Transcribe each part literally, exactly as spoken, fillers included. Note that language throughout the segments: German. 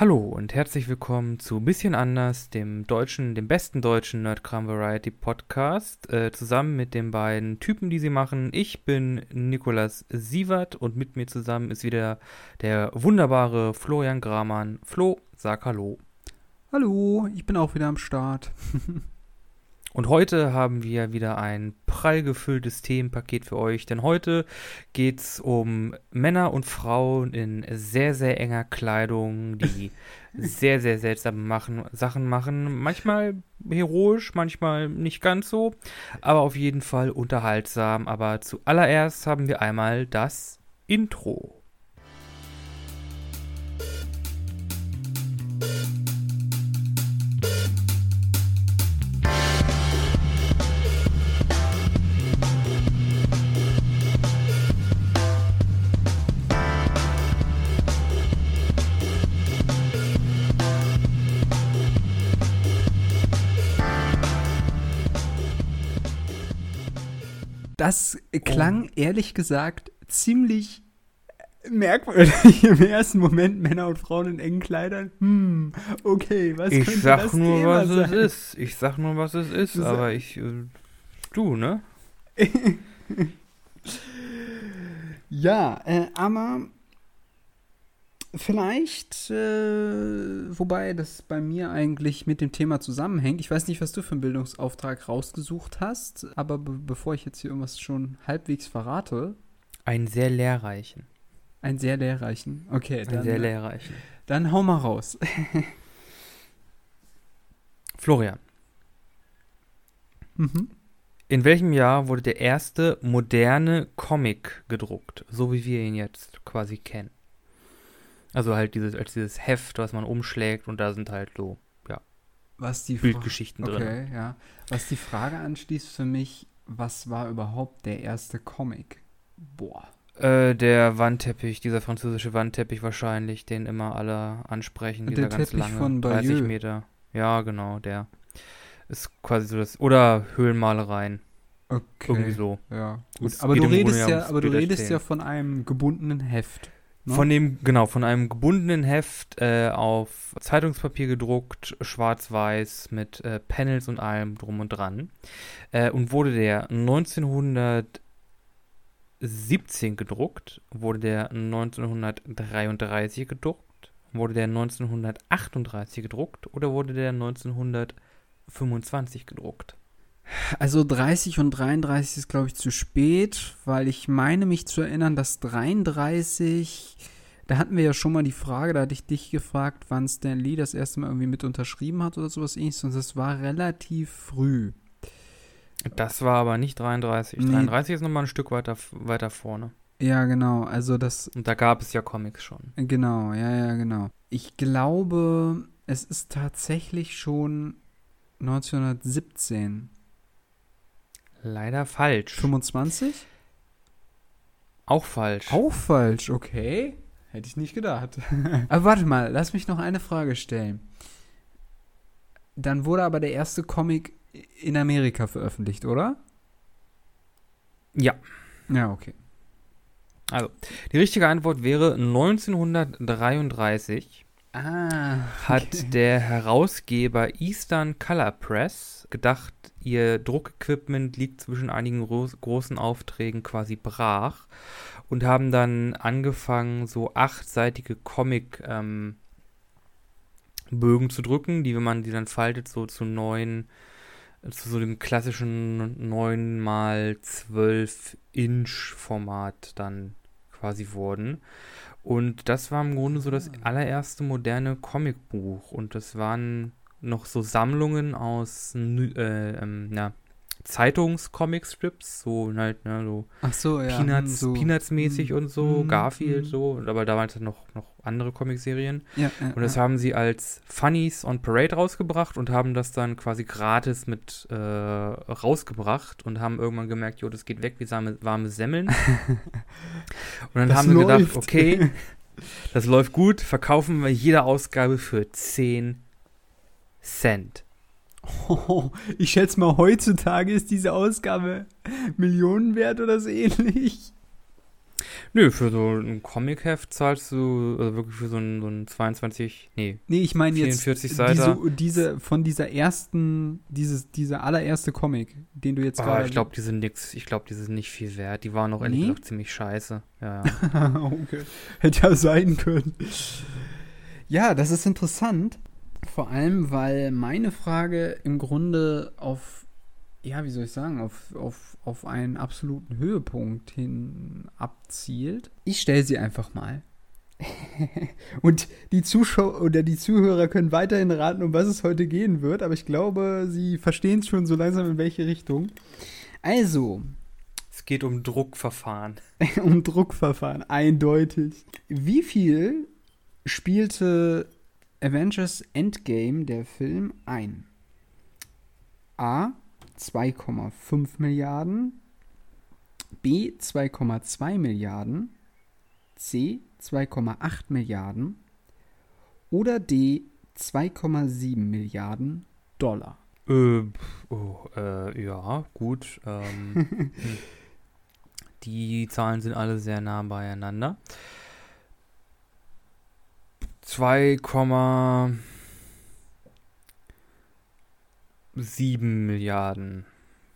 Hallo und herzlich willkommen zu Bisschen anders, dem deutschen, dem besten deutschen Nerdkram Variety Podcast, äh, zusammen mit den beiden Typen, die sie machen. Ich bin Nikolas Sievert und mit mir zusammen ist wieder der wunderbare Florian Gramann. Flo, sag Hallo. Hallo, ich bin auch wieder am Start. Und heute haben wir wieder ein prall gefülltes Themenpaket für euch, denn heute geht's um Männer und Frauen in sehr, sehr enger Kleidung, die sehr, sehr seltsame machen, Sachen machen. Manchmal heroisch, manchmal nicht ganz so, aber auf jeden Fall unterhaltsam. Aber zuallererst haben wir einmal das Intro. Das klang, ehrlich gesagt, ziemlich merkwürdig im ersten Moment. Männer und Frauen in engen Kleidern. Hm, okay, was Ich könnte sag das nur, Thema was sein? es ist. Ich sag nur, was es ist, Du sag- aber ich, äh, du, ne? Ja, äh, aber vielleicht, äh, wobei das bei mir eigentlich mit dem Thema zusammenhängt. Ich weiß nicht, was du für einen Bildungsauftrag rausgesucht hast, aber be bevor ich jetzt hier irgendwas schon halbwegs verrate, Einen sehr lehrreichen. einen sehr lehrreichen. Okay, Einen dann, sehr lehrreichen. dann hau mal raus. Florian, Mhm. in welchem Jahr wurde der erste moderne Comic gedruckt, so wie wir ihn jetzt quasi kennen? Also halt dieses, als dieses Heft, was man umschlägt und da sind halt so Was die Fra- Bildgeschichten drin. Okay, ja. Was die Frage anschließt für mich, was war überhaupt der erste Comic? Boah. Äh, der Wandteppich, dieser französische Wandteppich wahrscheinlich, den immer alle ansprechen, Der dieser ganz Teppich lange, von dreißig Bayeux. Meter. Ja, genau, der ist quasi so das, oder Höhlenmalereien, Okay. irgendwie so. Ja, gut. Es Aber geht du im Grunde redest ja ja, ums aber du Bild redest ja erzählen. von einem gebundenen Heft. Ne? Von dem, genau, von einem gebundenen Heft äh, auf Zeitungspapier gedruckt, schwarz-weiß, mit äh, Panels und allem drum und dran. Äh, und wurde der neunzehnhundertsiebzehn gedruckt, wurde der neunzehnhundertdreiunddreißig gedruckt, wurde der neunzehnhundertachtunddreißig gedruckt oder wurde der neunzehnhundertfünfundzwanzig gedruckt? Also dreißig und dreiunddreißig ist, glaube ich, zu spät, weil ich meine mich zu erinnern, dass dreiunddreißig, da hatten wir ja schon mal die Frage, da hatte ich dich gefragt, wann Stan Lee das erste Mal irgendwie mit unterschrieben hat oder sowas ähnliches, und das war relativ früh. Das war aber nicht dreiunddreißig. Nee. dreiunddreißig ist nochmal ein Stück weiter, weiter vorne. Ja, genau, also das, Und da gab es ja Comics schon. genau, ja, ja, genau. Ich glaube, es ist tatsächlich schon neunzehnhundertsiebzehn. Leider falsch. fünfundzwanzig? Auch falsch. Auch falsch, okay. Hätte ich nicht gedacht. Aber warte mal, lass mich noch eine Frage stellen. Dann wurde aber der erste Comic in Amerika veröffentlicht, oder? Ja. Ja, okay. Also, die richtige Antwort wäre neunzehnhundertdreiunddreißig Ah, hat der Herausgeber Eastern Color Press gedacht, ihr Druckequipment liegt zwischen einigen groß, großen Aufträgen quasi brach und haben dann angefangen, so achtseitige Comic ähm, Bögen zu drücken, die, wenn man die dann faltet, so zu neun, zu so dem klassischen neun mal zwölf Inch Format dann quasi wurden. Und das war im Grunde so das allererste moderne Comicbuch. Und das waren noch so Sammlungen aus nü- äh, ähm, ja, Zeitungs-Comic-Strips, so halt, ne, so ach so, ja. Peanuts, so. Peanuts-mäßig Hm, und so, hm, Garfield hm. so, aber da waren es noch, noch andere Comicserien. Ja, ja, Und das ja. haben sie als Funnies on Parade rausgebracht und haben das dann quasi gratis mit äh, rausgebracht und haben irgendwann gemerkt, jo, das geht weg wie warme, warme Semmeln. Und dann Das haben sie gedacht, läuft. okay, das läuft gut, verkaufen wir jede Ausgabe für zehn Cent. Oh, ich schätze mal, heutzutage ist diese Ausgabe Millionen wert oder so ähnlich. Nö, für so ein Comic-Heft zahlst du, also wirklich für so ein, so ein zweiundzwanzig, nee, Nee, ich meine jetzt vierundvierzig Seiter. diese, diese, von dieser ersten, dieses, dieser allererste Comic, den du jetzt Ah, gerade... ich glaube, die sind nix, ich glaube, die sind nicht viel wert. Die waren auch ehrlich Nee? gesagt ziemlich scheiße. Ja, ja. Okay. Hätte ja sein können. Ja, das ist interessant. Vor allem, weil meine Frage im Grunde auf, ja, wie soll ich sagen, auf, auf, auf einen absoluten Höhepunkt hin abzielt. Ich stelle sie einfach mal. Und die Zuschauer oder die Zuhörer können weiterhin raten, um was es heute gehen wird, aber ich glaube, sie verstehen es schon so langsam, in welche Richtung. Also, Es geht um Druckverfahren. um Druckverfahren, eindeutig. Wie viel spielte Avengers Endgame, der Film, ein? A. zwei Komma fünf Milliarden, B. zwei Komma zwei Milliarden, C. zwei Komma acht Milliarden oder D. zwei Komma sieben Milliarden Dollar. Äh, oh, äh, ja, gut. Ähm, hm. Die Zahlen sind alle sehr nah beieinander. zwei Komma sieben Milliarden.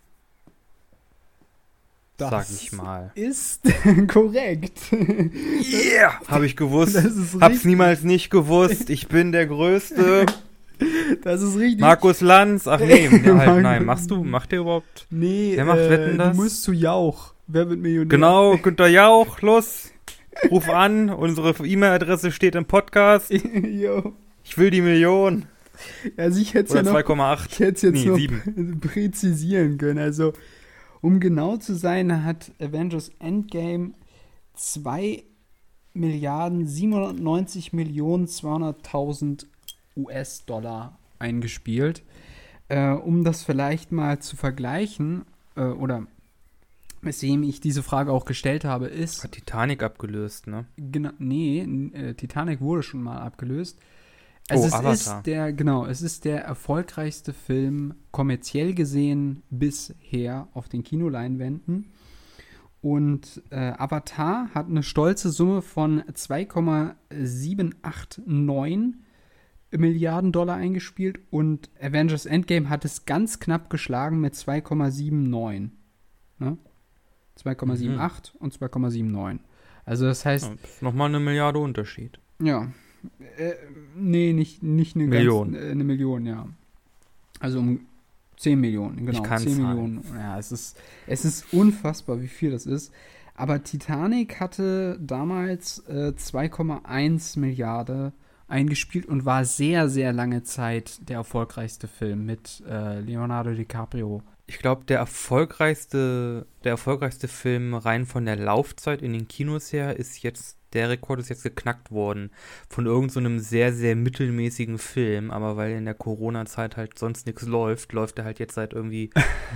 Das sag ich mal. Ist korrekt. Yeah! Habe ich gewusst. Das ist Hab's richtig. niemals nicht gewusst. Ich bin der Größte. Das ist richtig. Markus Lanz. Ach nee, ja, halt, Markus- nein. Machst du? Macht der überhaupt? Nee, Wer macht äh, Wetten, das? du musst zu Jauch. Wer wird Millionär? Genau, Günther Jauch, los. Ruf an. Unsere E-Mail-Adresse steht im Podcast. Jo. Ich will die Million. Also ich hätte es Oder ja noch, zwei Komma acht. ich hätte es jetzt Nee, noch sieben. präzisieren können. Also, um genau zu sein, hat Avengers Endgame zwei Milliarden siebenhundertneunzig Millionen zweihunderttausend U S-Dollar eingespielt. Äh, um das vielleicht mal zu vergleichen, äh, oder weswegen ich diese Frage auch gestellt habe, ist, Hat Titanic abgelöst, ne? genau, nee, n- äh, Titanic wurde schon mal abgelöst. Also Oh, es Avatar. ist der, genau, es ist der erfolgreichste Film kommerziell gesehen bisher auf den Kinoleinwänden. Und äh, Avatar hat eine stolze Summe von zwei Komma siebenhundertneunundachtzig Milliarden Dollar eingespielt und Avengers Endgame hat es ganz knapp geschlagen mit zwei Komma neunundsiebzig. Ne? zwei Komma achtzig und zwei Komma neunundsiebzig. Also das heißt, Ja, das ist nochmal eine Milliarde Unterschied. ja. Äh, nee, nicht, nicht eine Million. Ganz, äh, eine Million, ja. Also um zehn Millionen, genau. Ich kann zehn zahlen. Millionen. Ja, es ist, es ist unfassbar, wie viel das ist. Aber Titanic hatte damals äh, zwei Komma eins Milliarden eingespielt und war sehr, sehr lange Zeit der erfolgreichste Film mit äh, Leonardo DiCaprio. Ich glaube, der erfolgreichste, der erfolgreichste Film rein von der Laufzeit in den Kinos her ist jetzt, der Rekord ist jetzt geknackt worden von irgend so einem sehr, sehr mittelmäßigen Film, aber weil in der Corona-Zeit halt sonst nichts läuft, läuft er halt jetzt seit irgendwie,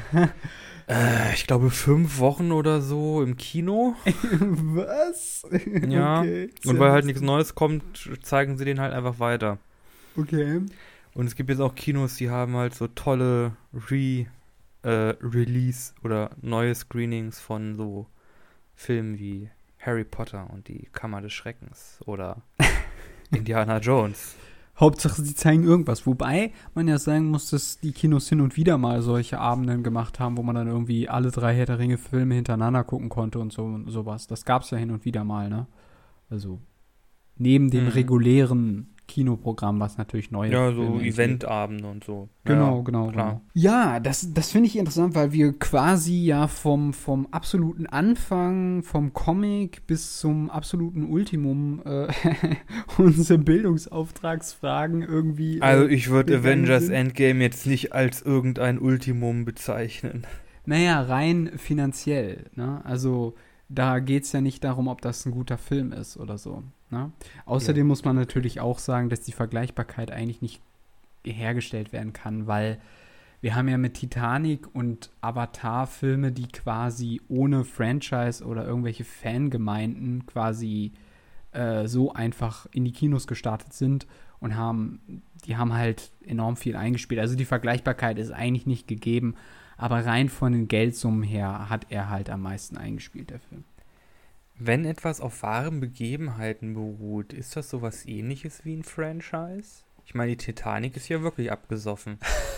äh, ich glaube, fünf Wochen oder so im Kino. Was? Ja, Okay. und weil halt nichts Neues kommt, zeigen sie den halt einfach weiter. Okay. Und es gibt jetzt auch Kinos, die haben halt so tolle Re- äh, Release oder neue Screenings von so Filmen wie Harry Potter und die Kammer des Schreckens oder Indiana Jones. Hauptsache, sie zeigen irgendwas. Wobei man ja sagen muss, dass die Kinos hin und wieder mal solche Abenden gemacht haben, wo man dann irgendwie alle drei Herr der Ringe-Filme hintereinander gucken konnte und so und sowas. Das gab's ja hin und wieder mal, ne? Also neben dem Mhm. regulären Kinoprogramm, was natürlich neue Ja, so Filme enthält. Eventabende und so. Genau, ja, genau, klar. genau. Ja, das, das finde ich interessant, weil wir quasi ja vom, vom absoluten Anfang, vom Comic bis zum absoluten Ultimum äh, unsere Bildungsauftragsfragen irgendwie. Äh, Also ich würde gegangen Avengers sind. Endgame jetzt nicht als irgendein Ultimum bezeichnen. Naja, rein finanziell, ne? Also da geht es ja nicht darum, ob das ein guter Film ist oder so. Ne? Außerdem Ja. muss man natürlich auch sagen, dass die Vergleichbarkeit eigentlich nicht hergestellt werden kann, weil wir haben ja mit Titanic und Avatar Filme, die quasi ohne Franchise oder irgendwelche Fangemeinden quasi äh, so einfach in die Kinos gestartet sind und haben, die haben halt enorm viel eingespielt. Also die Vergleichbarkeit ist eigentlich nicht gegeben, aber rein von den Geldsummen her hat er halt am meisten eingespielt, der Film. Wenn etwas auf wahren Begebenheiten beruht, ist das sowas Ähnliches wie ein Franchise? Ich meine, die Titanic ist ja wirklich abgesoffen.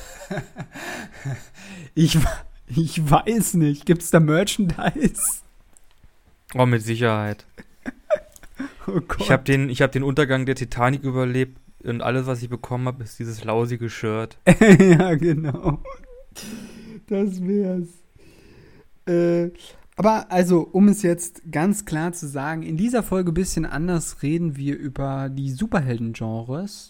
Ich, ich weiß nicht. Gibt es da Merchandise? Oh, mit Sicherheit. Oh Gott. Ich habe den, ich hab den Untergang der Titanic überlebt und alles, was ich bekommen habe, ist dieses lausige Shirt. Ja, genau. Das wär's. Äh, aber also, um es jetzt ganz klar zu sagen, in dieser Folge ein bisschen anders reden wir über die Superhelden-Genres.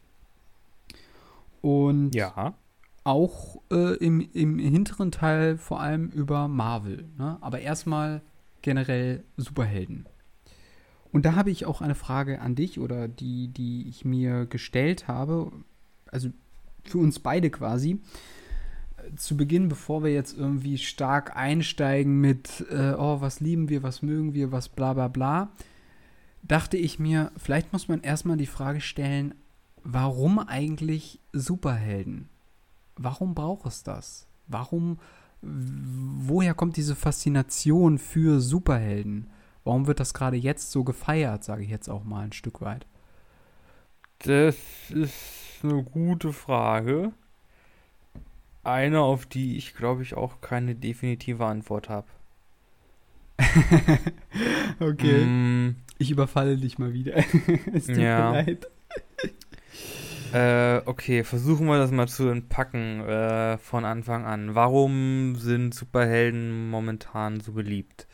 Und Ja. auch äh, im, im hinteren Teil vor allem über Marvel. Ne? Aber erstmal generell Superhelden. Und da habe ich auch eine Frage an dich oder die, die ich mir gestellt habe. Also für uns beide quasi. Zu Beginn, bevor wir jetzt irgendwie stark einsteigen mit, äh, oh, was lieben wir, was mögen wir, was bla bla bla, dachte ich mir, vielleicht muss man erstmal die Frage stellen, warum eigentlich Superhelden? Warum braucht es das? Warum, woher kommt diese Faszination für Superhelden? Warum wird das gerade jetzt so gefeiert, sage ich jetzt auch mal ein Stück weit? Das ist eine gute Frage. Eine, auf die ich, glaube ich, auch keine definitive Antwort habe. Okay. Mm, Ich überfalle dich mal wieder. Es tut Ja. mir leid. äh, okay, versuchen wir das mal zu entpacken äh, von Anfang an. Warum sind Superhelden momentan so beliebt?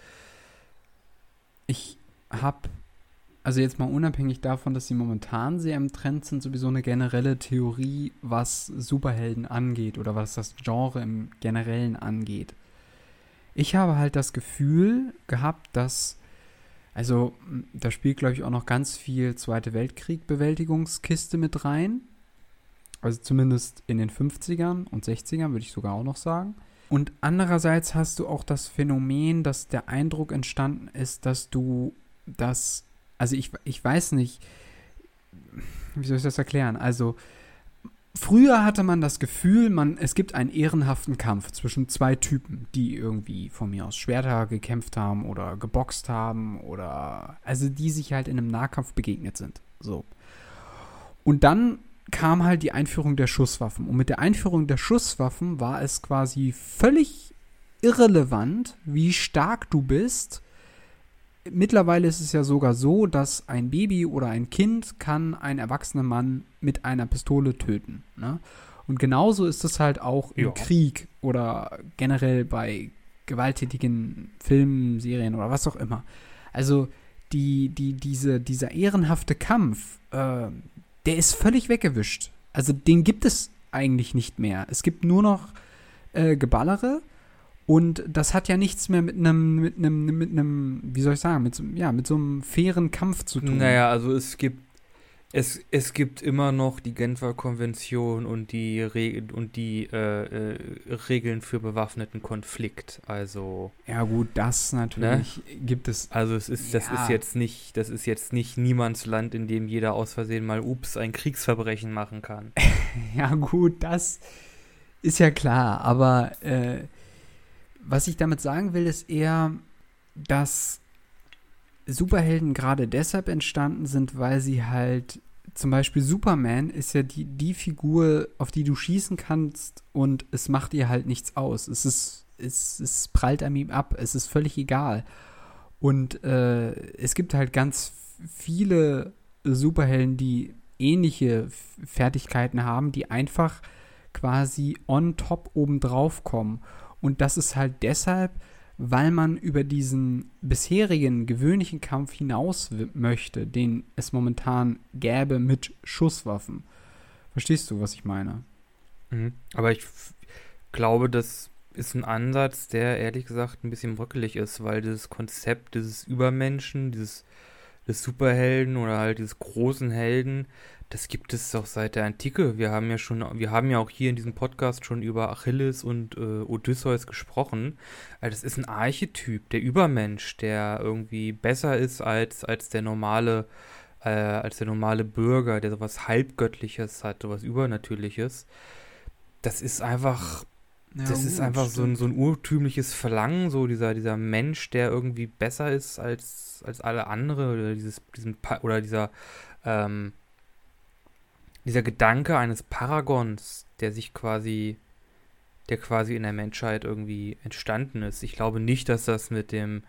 Ich habe, also jetzt mal unabhängig davon, dass sie momentan sehr im Trend sind, sowieso eine generelle Theorie, was Superhelden angeht oder was das Genre im Generellen angeht. Ich habe halt das Gefühl gehabt, dass, also m, da spielt, glaube ich, auch noch ganz viel Zweite Weltkrieg-Bewältigungskiste mit rein. Also zumindest in den fünfzigern und sechzigern würde ich sogar auch noch sagen. Und andererseits hast du auch das Phänomen, dass der Eindruck entstanden ist, dass du das, also ich, ich weiß nicht, wie soll ich das erklären? Also früher hatte man das Gefühl, man, es gibt einen ehrenhaften Kampf zwischen zwei Typen, die irgendwie von mir aus Schwerter gekämpft haben oder geboxt haben oder, also die sich halt in einem Nahkampf begegnet sind. So. Und dann kam halt die Einführung der Schusswaffen. Und mit der Einführung der Schusswaffen war es quasi völlig irrelevant, wie stark du bist. Mittlerweile ist es ja sogar so, dass ein Baby oder ein Kind kann einen erwachsenen Mann mit einer Pistole töten. Ne? Und genauso ist es halt auch im Ja. Krieg oder generell bei gewalttätigen Filmen, Serien oder was auch immer. Also die, die, diese, dieser ehrenhafte Kampf, äh, der ist völlig weggewischt. Also den gibt es eigentlich nicht mehr. Es gibt nur noch äh, Geballere und das hat ja nichts mehr mit einem, mit einem, mit einem, wie soll ich sagen, mit so, ja, mit so einem fairen Kampf zu tun. Naja, also es gibt es, es gibt immer noch die Genfer Konvention und die Re und die äh, äh, Regeln für bewaffneten Konflikt. Also Ja gut, das natürlich gibt es. Also es ist, das Ja. ist jetzt nicht, das ist jetzt nicht niemands Land, in dem jeder aus Versehen mal ups ein Kriegsverbrechen machen kann. Ja gut, das ist ja klar. Aber äh, was ich damit sagen will, ist eher, dass Superhelden gerade deshalb entstanden sind, weil sie halt, zum Beispiel Superman ist ja die, die Figur, auf die du schießen kannst und es macht ihr halt nichts aus. Es ist, es, es prallt an ihm ab, es ist völlig egal. Und äh, es gibt halt ganz viele Superhelden, die ähnliche F- Fertigkeiten haben, die einfach quasi on top obendrauf kommen. Und das ist halt deshalb, weil man über diesen bisherigen gewöhnlichen Kampf hinaus w- möchte, den es momentan gäbe mit Schusswaffen. Verstehst du, was ich meine? Mhm. Aber ich f- glaube, das ist ein Ansatz, der ehrlich gesagt ein bisschen bröckelig ist, weil dieses Konzept dieses Übermenschen, dieses des Superhelden oder halt dieses großen Helden, das gibt es doch seit der Antike. Wir haben ja schon, wir haben ja auch hier in diesem Podcast schon über Achilles und äh, Odysseus gesprochen. Also das ist ein Archetyp, der Übermensch, der irgendwie besser ist als, als der normale, äh, als der normale Bürger, der sowas Halbgöttliches hat, sowas Übernatürliches. Das ist einfach Ja, das ist gut, einfach so ein, stimmt. so ein urtümliches Verlangen, so dieser, dieser Mensch, der irgendwie besser ist als, als alle andere, oder dieses, diesen, Pa- oder dieser, ähm, dieser Gedanke eines Paragons, der sich quasi, der quasi in der Menschheit irgendwie entstanden ist. Ich glaube nicht, dass das mit dem,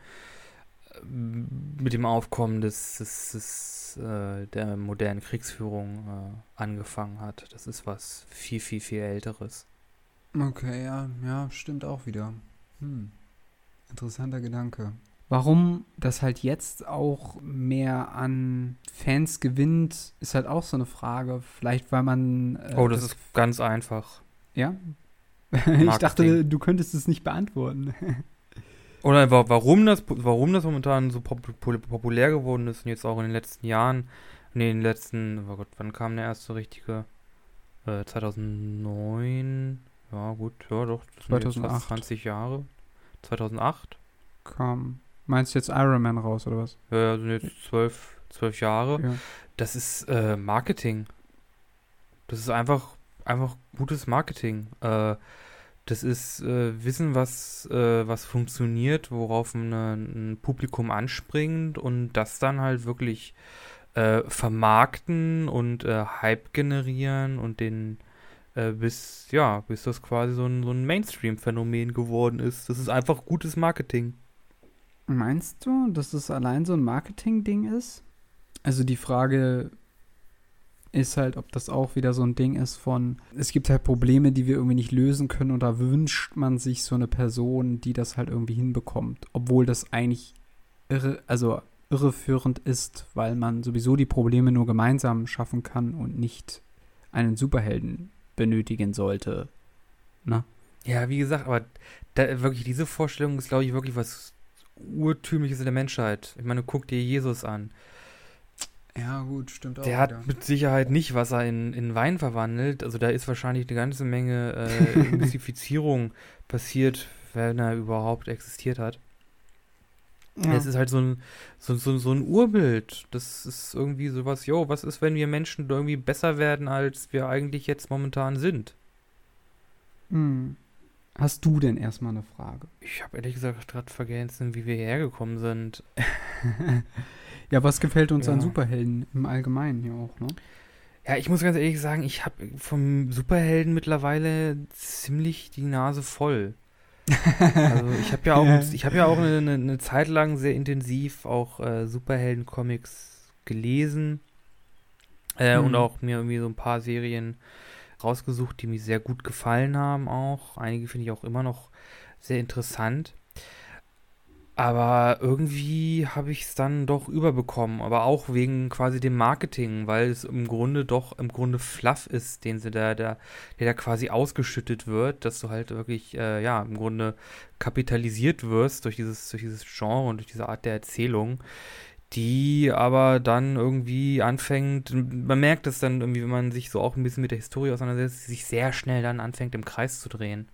mit dem Aufkommen des, des, des äh, der modernen Kriegsführung äh, angefangen hat. Das ist was viel, viel, viel Älteres. Okay, ja, ja, stimmt auch wieder. Hm, interessanter Gedanke. Warum das halt jetzt auch mehr an Fans gewinnt, ist halt auch so eine Frage. Vielleicht, weil man äh, Oh, das das. ist ganz einfach. Ja? Ich dachte, Marketing. du könntest es nicht beantworten. Oder wa- warum das, warum das momentan so pop pop populär geworden ist und jetzt auch in den letzten Jahren, nee, in den letzten, oh Gott, wann kam der erste richtige? Äh, zweitausendneun, ja gut, ja doch, das sind jetzt fast zweitausendacht zwanzig Jahre. zweitausendacht, kam. Meinst du jetzt Iron Man raus, oder was? ja, ja, sind jetzt zwölf, zwölf Jahre. Ja. Das ist äh, Marketing. Das ist einfach, einfach gutes Marketing. Äh, das ist äh, Wissen, was, äh, was funktioniert, worauf ein, ein Publikum anspringt und das dann halt wirklich äh, vermarkten und äh, Hype generieren und den äh, bis, ja, bis das quasi so ein, so ein Mainstream-Phänomen geworden ist. Das ist einfach gutes Marketing. Meinst du, dass es allein so ein Marketing-Ding ist? Also die Frage ist halt, ob das auch wieder so ein Ding ist von, es gibt halt Probleme, die wir irgendwie nicht lösen können und da wünscht man sich so eine Person, die das halt irgendwie hinbekommt. Obwohl das eigentlich irre, also irreführend ist, weil man sowieso die Probleme nur gemeinsam schaffen kann und nicht einen Superhelden benötigen sollte. Na? Ja, wie gesagt, aber da, wirklich diese Vorstellung ist, glaube ich, wirklich was Urtümliches in der Menschheit. Ich meine, guck dir Jesus an. Ja, gut, stimmt auch Der hat mit Sicherheit nicht Wasser in, in Wein verwandelt. Also da ist wahrscheinlich eine ganze Menge äh, Mystifizierung passiert, wenn er überhaupt existiert hat. Ja. Es ist halt so ein, so, so, so ein Urbild. Das ist irgendwie sowas, jo, was ist, wenn wir Menschen irgendwie besser werden, als wir eigentlich jetzt momentan sind? Hm. Hast du denn erstmal eine Frage? Ich habe ehrlich gesagt gerade vergessen, wie wir hierher gekommen sind. Ja, was gefällt uns Ja. an Superhelden im Allgemeinen ja auch, ne? Ja, ich muss ganz ehrlich sagen, ich habe vom Superhelden mittlerweile ziemlich die Nase voll. Also ich habe ja auch, Ja. ich habe ja auch eine, eine, eine Zeit lang sehr intensiv auch äh, Superhelden-Comics gelesen äh, Mhm. und auch mir irgendwie so ein paar Serien rausgesucht, die mir sehr gut gefallen haben auch. Einige finde ich auch immer noch sehr interessant. Aber irgendwie habe ich es dann doch überbekommen, aber auch wegen quasi dem Marketing, weil es im Grunde doch im Grunde Fluff ist, den sie da, da der da quasi ausgeschüttet wird, dass du halt wirklich, äh, ja, im Grunde kapitalisiert wirst durch dieses, durch dieses Genre und durch diese Art der Erzählung, die aber dann irgendwie anfängt, man merkt es dann irgendwie, wenn man sich so auch ein bisschen mit der Historie auseinandersetzt, sich sehr schnell dann anfängt im Kreis zu drehen.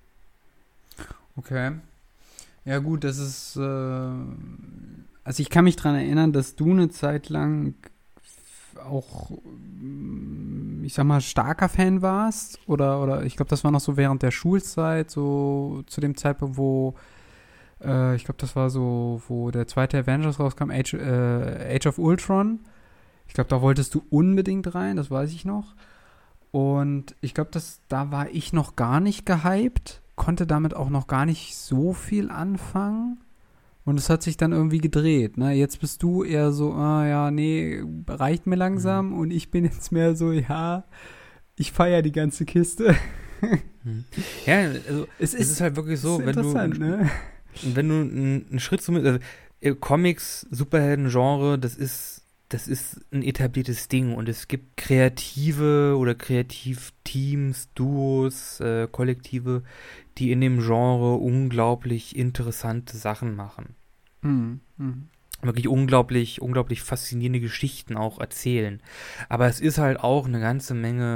Okay. Ja gut, das ist, äh, also ich kann mich dran erinnern, dass du eine Zeit lang auch, mm, ich sag mal, starker Fan warst. Oder, oder ich glaube, das war noch so während der Schulzeit, so zu dem Zeitpunkt, wo, äh, ich glaube, das war so, wo der zweite Avengers rauskam, Age, äh, Age of Ultron. Ich glaube, da wolltest du unbedingt rein, das weiß ich noch. Und ich glaube, dass da war ich noch gar nicht gehypt, konnte damit auch noch gar nicht so viel anfangen. Und es hat sich dann irgendwie gedreht. Ne? Jetzt bist du eher so, ah ja, nee, reicht mir langsam. Mhm. Und ich bin jetzt mehr so, ja, ich feiere die ganze Kiste. Hm. Ja, also Es es ist halt wirklich so, ist wenn du, interessant, ne? wenn du einen, einen Schritt zumindest, also äh, Comics, Superhelden-Genre, das ist, das ist ein etabliertes Ding und es gibt Kreative oder Kreativteams, Duos, äh, Kollektive, die in dem Genre unglaublich interessante Sachen machen. Hm, hm. Wirklich unglaublich, unglaublich faszinierende Geschichten auch erzählen. Aber es ist halt auch eine ganze Menge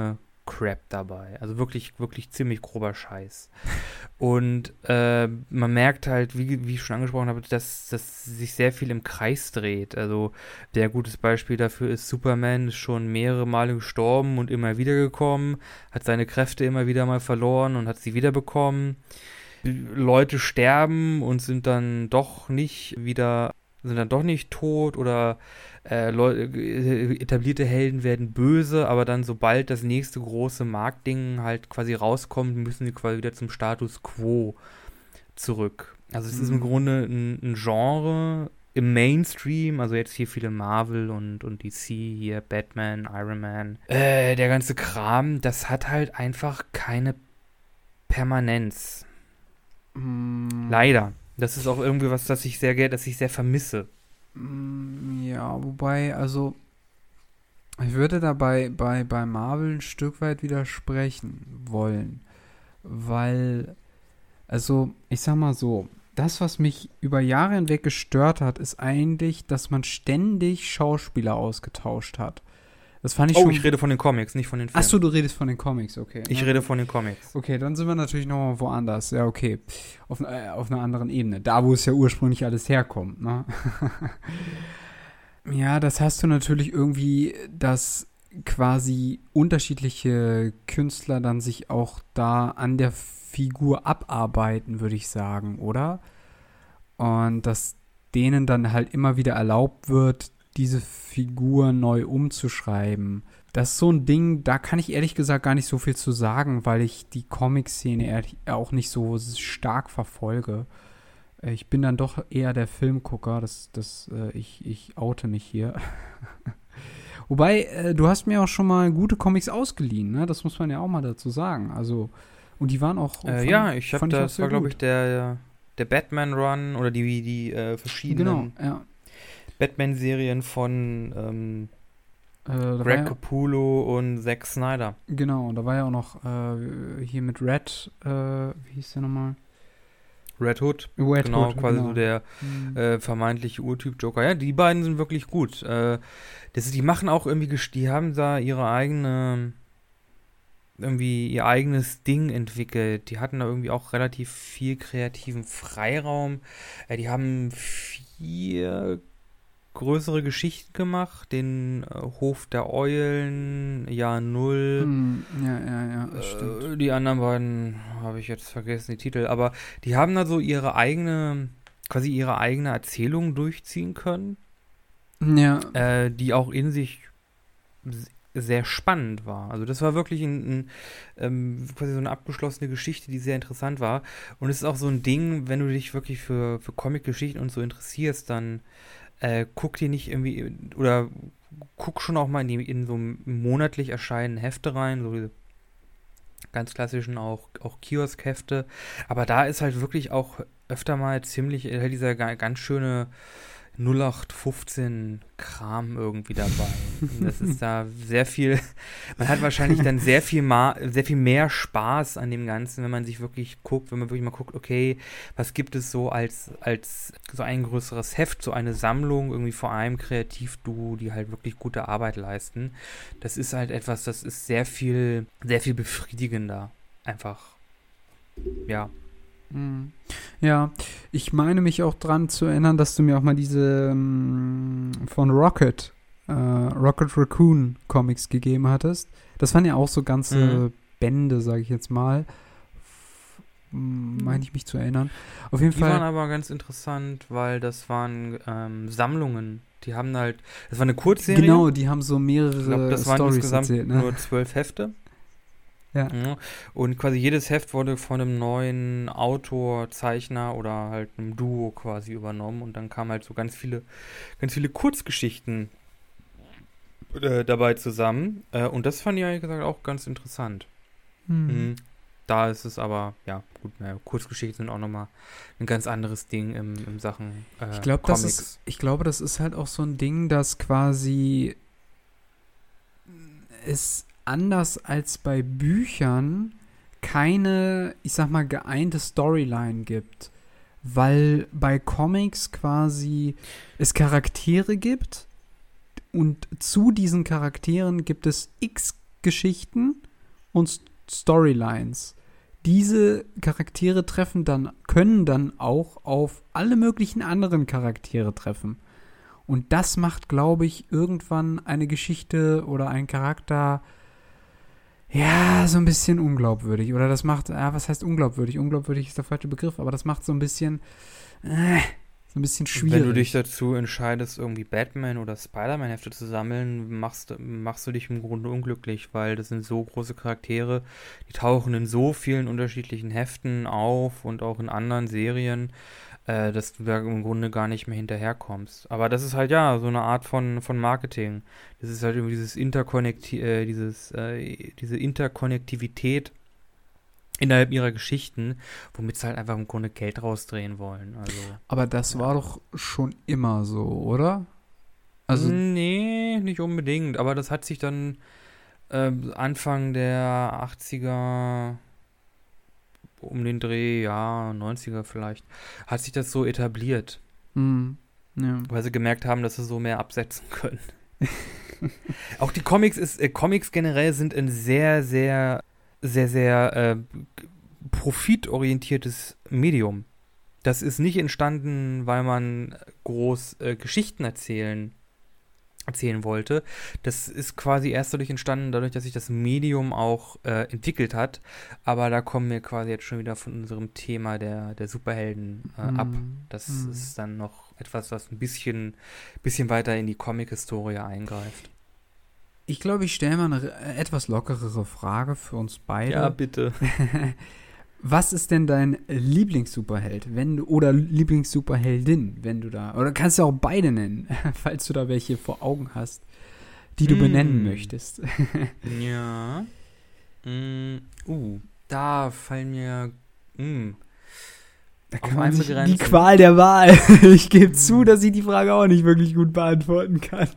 Crap dabei. Also wirklich, wirklich ziemlich grober Scheiß. Und äh, man merkt halt, wie, wie ich schon angesprochen habe, dass, dass sich sehr viel im Kreis dreht. Also sehr gutes Beispiel dafür ist, Superman ist schon mehrere Male gestorben und immer wieder gekommen, hat seine Kräfte immer wieder mal verloren und hat sie wiederbekommen. Leute sterben und sind dann doch nicht wieder, sind dann doch nicht tot oder äh, Leu- etablierte Helden werden böse, aber dann sobald das nächste große Marktding halt quasi rauskommt, müssen sie quasi wieder zum Status Quo zurück. Also es ist im Grunde ein, ein Genre im Mainstream, also jetzt hier viele Marvel und, und D C, hier Batman, Iron Man, äh, der ganze Kram, das hat halt einfach keine Permanenz. Leider. Das ist auch irgendwie was, das ich sehr, das ich sehr vermisse. Ja, wobei, also ich würde dabei bei, bei Marvel ein Stück weit widersprechen wollen, weil, also ich sag mal so, das, was mich über Jahre hinweg gestört hat, ist eigentlich, dass man ständig Schauspieler ausgetauscht hat. Das fand ich oh, schon. ich rede von den Comics, nicht von den Filmen. Achso, du redest von den Comics, okay. Ich ja. rede von den Comics. Okay, dann sind wir natürlich nochmal woanders. Ja, okay. Auf, äh, auf einer anderen Ebene. Da, wo es ja ursprünglich alles herkommt, ne? Ja, das hast du natürlich irgendwie, dass quasi unterschiedliche Künstler dann sich auch da an der Figur abarbeiten, würde ich sagen, oder? Und dass denen dann halt immer wieder erlaubt wird, diese Figur neu umzuschreiben. Das ist so ein Ding, da kann ich ehrlich gesagt gar nicht so viel zu sagen, weil ich die Comic-Szene auch nicht so stark verfolge. Ich bin dann doch eher der Filmgucker, das, das, äh, ich, ich oute mich hier. Wobei, äh, du hast mir auch schon mal gute Comics ausgeliehen, ne? Das muss man ja auch mal dazu sagen. Also, und die waren auch. Äh, fand, ja, ich habe das, ich war glaube ich der, der Batman-Run oder die, die äh, verschiedenen genau, ja. Batman-Serien von ähm, äh, Greg ja, Capullo und Zack Snyder. Genau, da war ja auch noch äh, hier mit Red, äh, wie hieß der nochmal? Red Hood, Red genau, Hood, quasi genau. so der mhm. äh, vermeintliche Urtyp Joker. Ja, die beiden sind wirklich gut. Äh, das, die machen auch irgendwie, gest- die haben da ihre eigene, irgendwie ihr eigenes Ding entwickelt. Die hatten da irgendwie auch relativ viel kreativen Freiraum. Äh, die haben vier größere Geschichten gemacht. Den äh, Hof der Eulen, Jahr Null. Hm, ja, ja, ja, das Äh, stimmt. die anderen beiden habe ich jetzt vergessen, die Titel. Aber die haben da so ihre eigene, quasi ihre eigene Erzählung durchziehen können, Ja, äh, die auch in sich s- sehr spannend war. Also das war wirklich ein, ein, ähm, quasi so eine abgeschlossene Geschichte, die sehr interessant war. Und es ist auch so ein Ding, wenn du dich wirklich für, für Comic-Geschichten und so interessierst, dann äh, guck dir nicht irgendwie, oder guck schon auch mal in, die, in so monatlich erscheinenden Hefte rein, so diese ganz klassischen auch, auch Kiosk-Hefte. Aber da ist halt wirklich auch öfter mal ziemlich, äh, dieser ga- ganz schöne null acht fünfzehn Kram irgendwie dabei. Und das ist da sehr viel, man hat wahrscheinlich dann sehr viel, ma sehr viel mehr Spaß an dem Ganzen, wenn man sich wirklich guckt, wenn man wirklich mal guckt, okay, was gibt es so als, als so ein größeres Heft, so eine Sammlung irgendwie vor einem Kreativduo, die halt wirklich gute Arbeit leisten. Das ist halt etwas, das ist sehr viel, sehr viel befriedigender. Einfach. Ja. hm. Ja, ich meine mich auch dran zu erinnern, dass du mir auch mal diese ähm, von Rocket, äh, Rocket Raccoon Comics gegeben hattest. Das waren ja auch so ganze Mhm. Bände, sage ich jetzt mal. F- m, Meine ich mich zu erinnern. Auf jeden Die waren Fall. aber ganz interessant, weil das waren ähm, Sammlungen. Die haben halt, das war eine Kurzserie. Genau, die haben so Ich mehrere glaube, das waren Stories insgesamt erzählt, ne? nur zwölf Hefte. Ja. Ja. Und quasi jedes Heft wurde von einem neuen Autor, Zeichner oder halt einem Duo quasi übernommen. Und dann kamen halt so ganz viele, ganz viele Kurzgeschichten äh, dabei zusammen. Äh, und das fand ich ehrlich gesagt auch ganz interessant. Hm. Mhm. Da ist es aber, ja, gut, na, Kurzgeschichten sind auch nochmal ein ganz anderes Ding im, im Sachen äh, Ich glaube, das Comics. ist, ich glaube, das ist halt auch so ein Ding, dass quasi es anders als bei Büchern keine, ich sag mal, geeinte Storyline gibt. Weil bei Comics quasi es Charaktere gibt und zu diesen Charakteren gibt es x Geschichten und St- Storylines. Diese Charaktere treffen dann, können dann auch auf alle möglichen anderen Charaktere treffen. Und das macht, glaube ich, irgendwann eine Geschichte oder einen Charakter ja, so ein bisschen unglaubwürdig. Oder das macht, ja, was heißt unglaubwürdig? Unglaubwürdig ist der falsche Begriff, aber das macht so ein bisschen, äh, so ein bisschen schwierig. Wenn du dich dazu entscheidest, irgendwie Batman oder Spider-Man-Hefte zu sammeln, machst, machst du dich im Grunde unglücklich, weil das sind so große Charaktere, die tauchen in so vielen unterschiedlichen Heften auf und auch in anderen Serien, äh, dass du da im Grunde gar nicht mehr hinterherkommst. Aber das ist halt ja so eine Art von, von Marketing. Das ist halt irgendwie dieses Interkonnekti äh, dieses, äh, diese Interkonnektivität innerhalb ihrer Geschichten, womit sie halt einfach im Grunde Geld rausdrehen wollen. Also, aber das ja. war doch schon immer so, oder? Also, nee, nicht unbedingt, aber das hat sich dann äh, Anfang der achtziger um den Dreh, ja, neunziger vielleicht, hat sich das so etabliert, mh, ja. weil sie gemerkt haben, dass sie so mehr absetzen können. Auch die Comics ist, äh, Comics generell sind ein sehr, sehr, sehr, sehr äh, profitorientiertes Medium. Das ist nicht entstanden, weil man groß äh, Geschichten erzählen erzählen wollte. Das ist quasi erst dadurch entstanden, dadurch, dass sich das Medium auch äh, entwickelt hat. Aber da kommen wir quasi jetzt schon wieder von unserem Thema der, der Superhelden äh, Mm, ab. Das mm. ist dann noch etwas, was ein bisschen, bisschen weiter in die Comic-Historie eingreift. Ich glaube, ich stelle mal eine re- etwas lockerere Frage für uns beide. Ja, bitte. Was ist denn dein Lieblings-Superheld, wenn du, oder Lieblings-Superheldin, wenn du da, oder kannst du auch beide nennen, falls du da welche vor Augen hast, die du Mm. benennen möchtest. Ja. Mm, uh, da fallen mir mm, Da Auf kann man einen sich die begrenzen. Qual der Wahl. Ich gebe zu, dass ich die Frage auch nicht wirklich gut beantworten kann.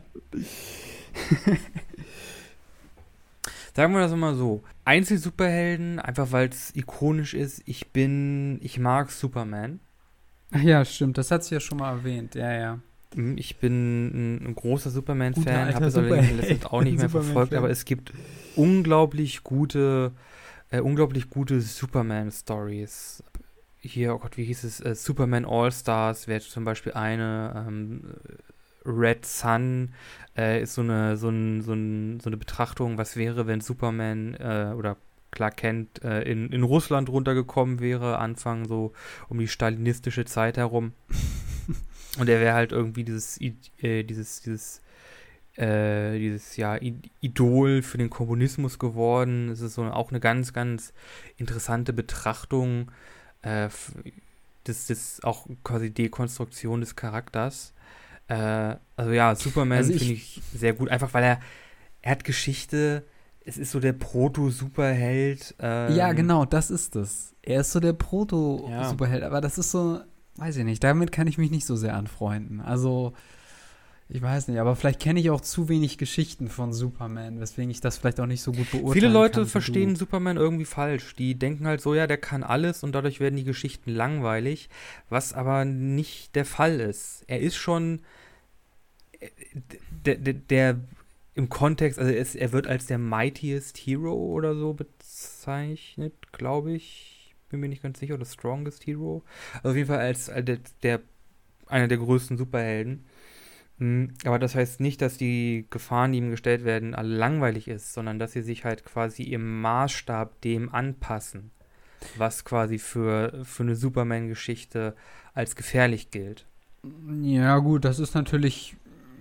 Sagen wir das mal so. Einzelsuperhelden, einfach weil es ikonisch ist. Ich bin, ich mag Superman. Ach ja, stimmt, das hat sie ja schon mal erwähnt, ja, ja. Mm, Ich bin ein, ein großer Guter Superman-Fan, alter habe es allerdings in Superheld. letzter Zeit auch nicht mehr Superman-Fan. verfolgt, aber es gibt unglaublich gute, äh, unglaublich gute Superman-Stories. Hier, oh Gott, wie hieß es? Äh, Superman All-Stars wäre zum Beispiel eine. Ähm, Red Sun äh, ist so eine, so, ein, so, ein, so eine Betrachtung, was wäre, wenn Superman äh, oder Clark Kent äh, in, in Russland runtergekommen wäre, Anfang so um die stalinistische Zeit herum. Und er wäre halt irgendwie dieses, I- äh, dieses, dieses, äh, dieses ja, I- Idol für den Kommunismus geworden. Es ist so auch eine ganz, ganz interessante Betrachtung, äh, f- das ist auch quasi Dekonstruktion des Charakters. Äh, also ja, Superman Also ich- finde ich sehr gut, einfach weil er, er hat Geschichte, es ist so der Proto-Superheld. Ähm, Ja, genau, das ist es. Er ist so der Proto-Superheld, Ja. aber das ist so, weiß ich nicht, damit kann ich mich nicht so sehr anfreunden. Also, ich weiß nicht, aber vielleicht kenne ich auch zu wenig Geschichten von Superman, weswegen ich das vielleicht auch nicht so gut beurteilen Viele Leute kann wie verstehen du. Superman irgendwie falsch. Die denken halt so, ja, der kann alles und dadurch werden die Geschichten langweilig, was aber nicht der Fall ist. Er ist schon äh, der, der, der im Kontext, also er, ist, er wird als der Mightiest Hero oder so bezeichnet, glaube ich. Bin mir nicht ganz sicher, oder Strongest Hero. Also auf jeden Fall als äh, der, der einer der größten Superhelden. Mm, Aber das heißt nicht, dass die Gefahren, die ihm gestellt werden, alle langweilig ist, sondern dass sie sich halt quasi im Maßstab dem anpassen, was quasi für, für eine Superman-Geschichte als gefährlich gilt. Ja, gut, das ist natürlich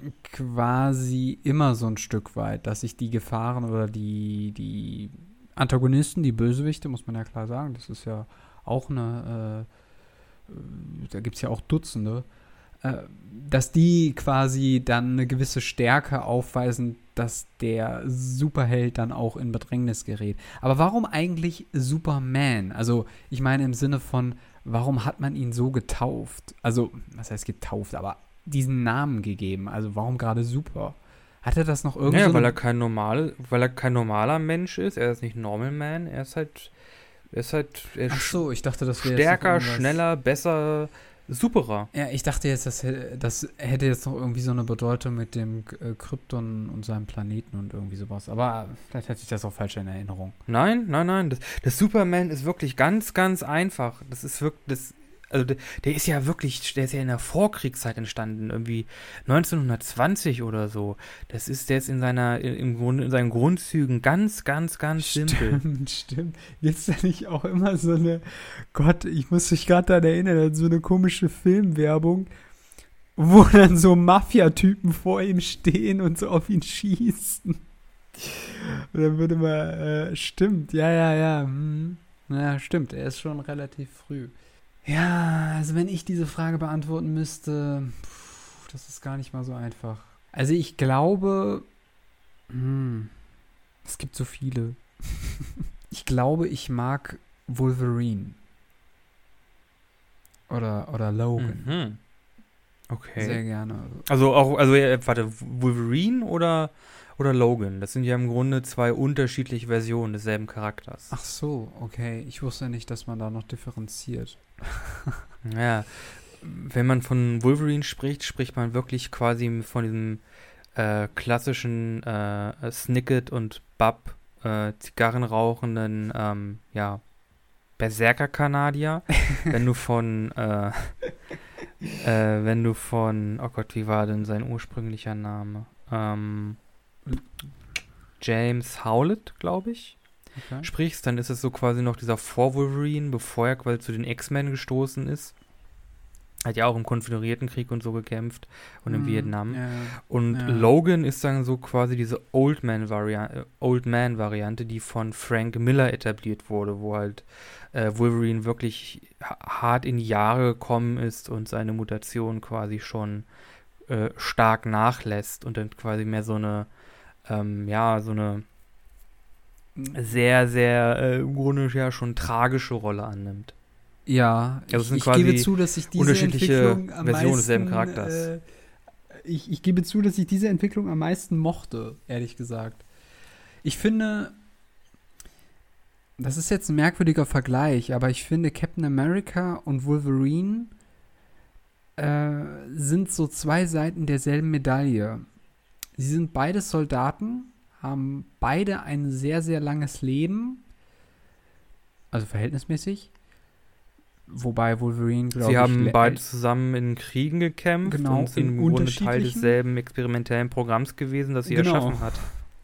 quasi immer so ein Stück weit, dass sich die Gefahren oder die, die Antagonisten, die Bösewichte, muss man ja klar sagen, das ist ja auch eine, äh, da gibt es ja auch Dutzende, äh, dass die quasi dann eine gewisse Stärke aufweisen, dass der Superheld dann auch in Bedrängnis gerät. Aber warum eigentlich Superman? Also ich meine im Sinne von, warum hat man ihn so getauft? Also, was heißt getauft, aber diesen Namen gegeben. Also warum gerade Super? Hat er das noch irgendwie Naja, so weil eine- er kein normal, weil er kein normaler Mensch ist, er ist nicht Normal Man, er ist halt, er ist halt er ist Ach so, ich dachte, das wäre jetzt stärker, noch irgendwas- schneller, besser, Superer. Ja, ich dachte jetzt, das, hä- das hätte jetzt noch irgendwie so eine Bedeutung mit dem äh, Krypton und seinem Planeten und irgendwie sowas. Aber vielleicht hatte ich das auch falsch in Erinnerung. Nein, nein, nein. Das, das Superman ist wirklich ganz, ganz einfach. Das ist wirklich, das, also der, der ist ja wirklich, der ist ja in der Vorkriegszeit entstanden, irgendwie neunzehnhundertzwanzig oder so. Das ist, der ist in seiner, im Grunde, in seinen Grundzügen ganz, ganz, ganz simpel. Stimmt, stimmt. Jetzt da nicht auch immer so eine, Gott, ich muss mich gerade daran erinnern, an so eine komische Filmwerbung, wo dann so Mafia-Typen vor ihm stehen und so auf ihn schießen. Und dann würde man, äh, stimmt, ja, ja, ja. Hm. Ja, stimmt, er ist schon relativ früh. Ja, also wenn ich diese Frage beantworten müsste, pf, das ist gar nicht mal so einfach. Also ich glaube, hm, es gibt so viele. Ich glaube, ich mag Wolverine. Oder, oder Logan. Mhm. Okay. Sehr gerne. Also auch, also äh, warte, Wolverine oder, oder Logan? Das sind ja im Grunde zwei unterschiedliche Versionen desselben Charakters. Ach so, okay. Ich wusste nicht, dass man da noch differenziert. Ja, wenn man von Wolverine spricht, spricht man wirklich quasi von diesem äh, klassischen äh, Snicket und Bub äh, Zigarren rauchenden, ähm, ja, Berserker-Kanadier. Wenn du von, äh, äh, wenn du von, oh Gott, wie war denn sein ursprünglicher Name? Ähm, James Howlett, glaube ich, Okay. sprichst, dann ist es so quasi noch dieser Vor-Wolverine, bevor er quasi zu den X-Men gestoßen ist. Hat ja auch im Konföderiertenkrieg und so gekämpft und im Hm, Vietnam. ja, Und ja. Logan ist dann so quasi diese Old Man-Variante, Old Man-Variante, die von Frank Miller etabliert wurde, wo halt äh, Wolverine wirklich ha- hart in die Jahre gekommen ist und seine Mutation quasi schon äh, stark nachlässt und dann quasi mehr so eine, ähm, ja, so eine sehr, sehr, äh, im Grunde ja schon tragische Rolle annimmt. Ja, Also es ich, sind ich quasi gebe zu, dass ich diese unterschiedliche Entwicklung am Versionen meisten, desselben Charakters. Äh, ich, ich gebe zu, dass ich diese Entwicklung am meisten mochte, ehrlich gesagt. Ich finde, das ist jetzt ein merkwürdiger Vergleich, aber ich finde, Captain America und Wolverine äh, sind so zwei Seiten derselben Medaille. Sie sind beide Soldaten, haben beide ein sehr, sehr langes Leben, also verhältnismäßig. Wobei Wolverine, glaube Sie ich, haben le- beide zusammen in Kriegen gekämpft Genau, und sind in im Grunde Teil unterschiedlichen- desselben experimentellen Programms gewesen, das sie Genau. erschaffen hat.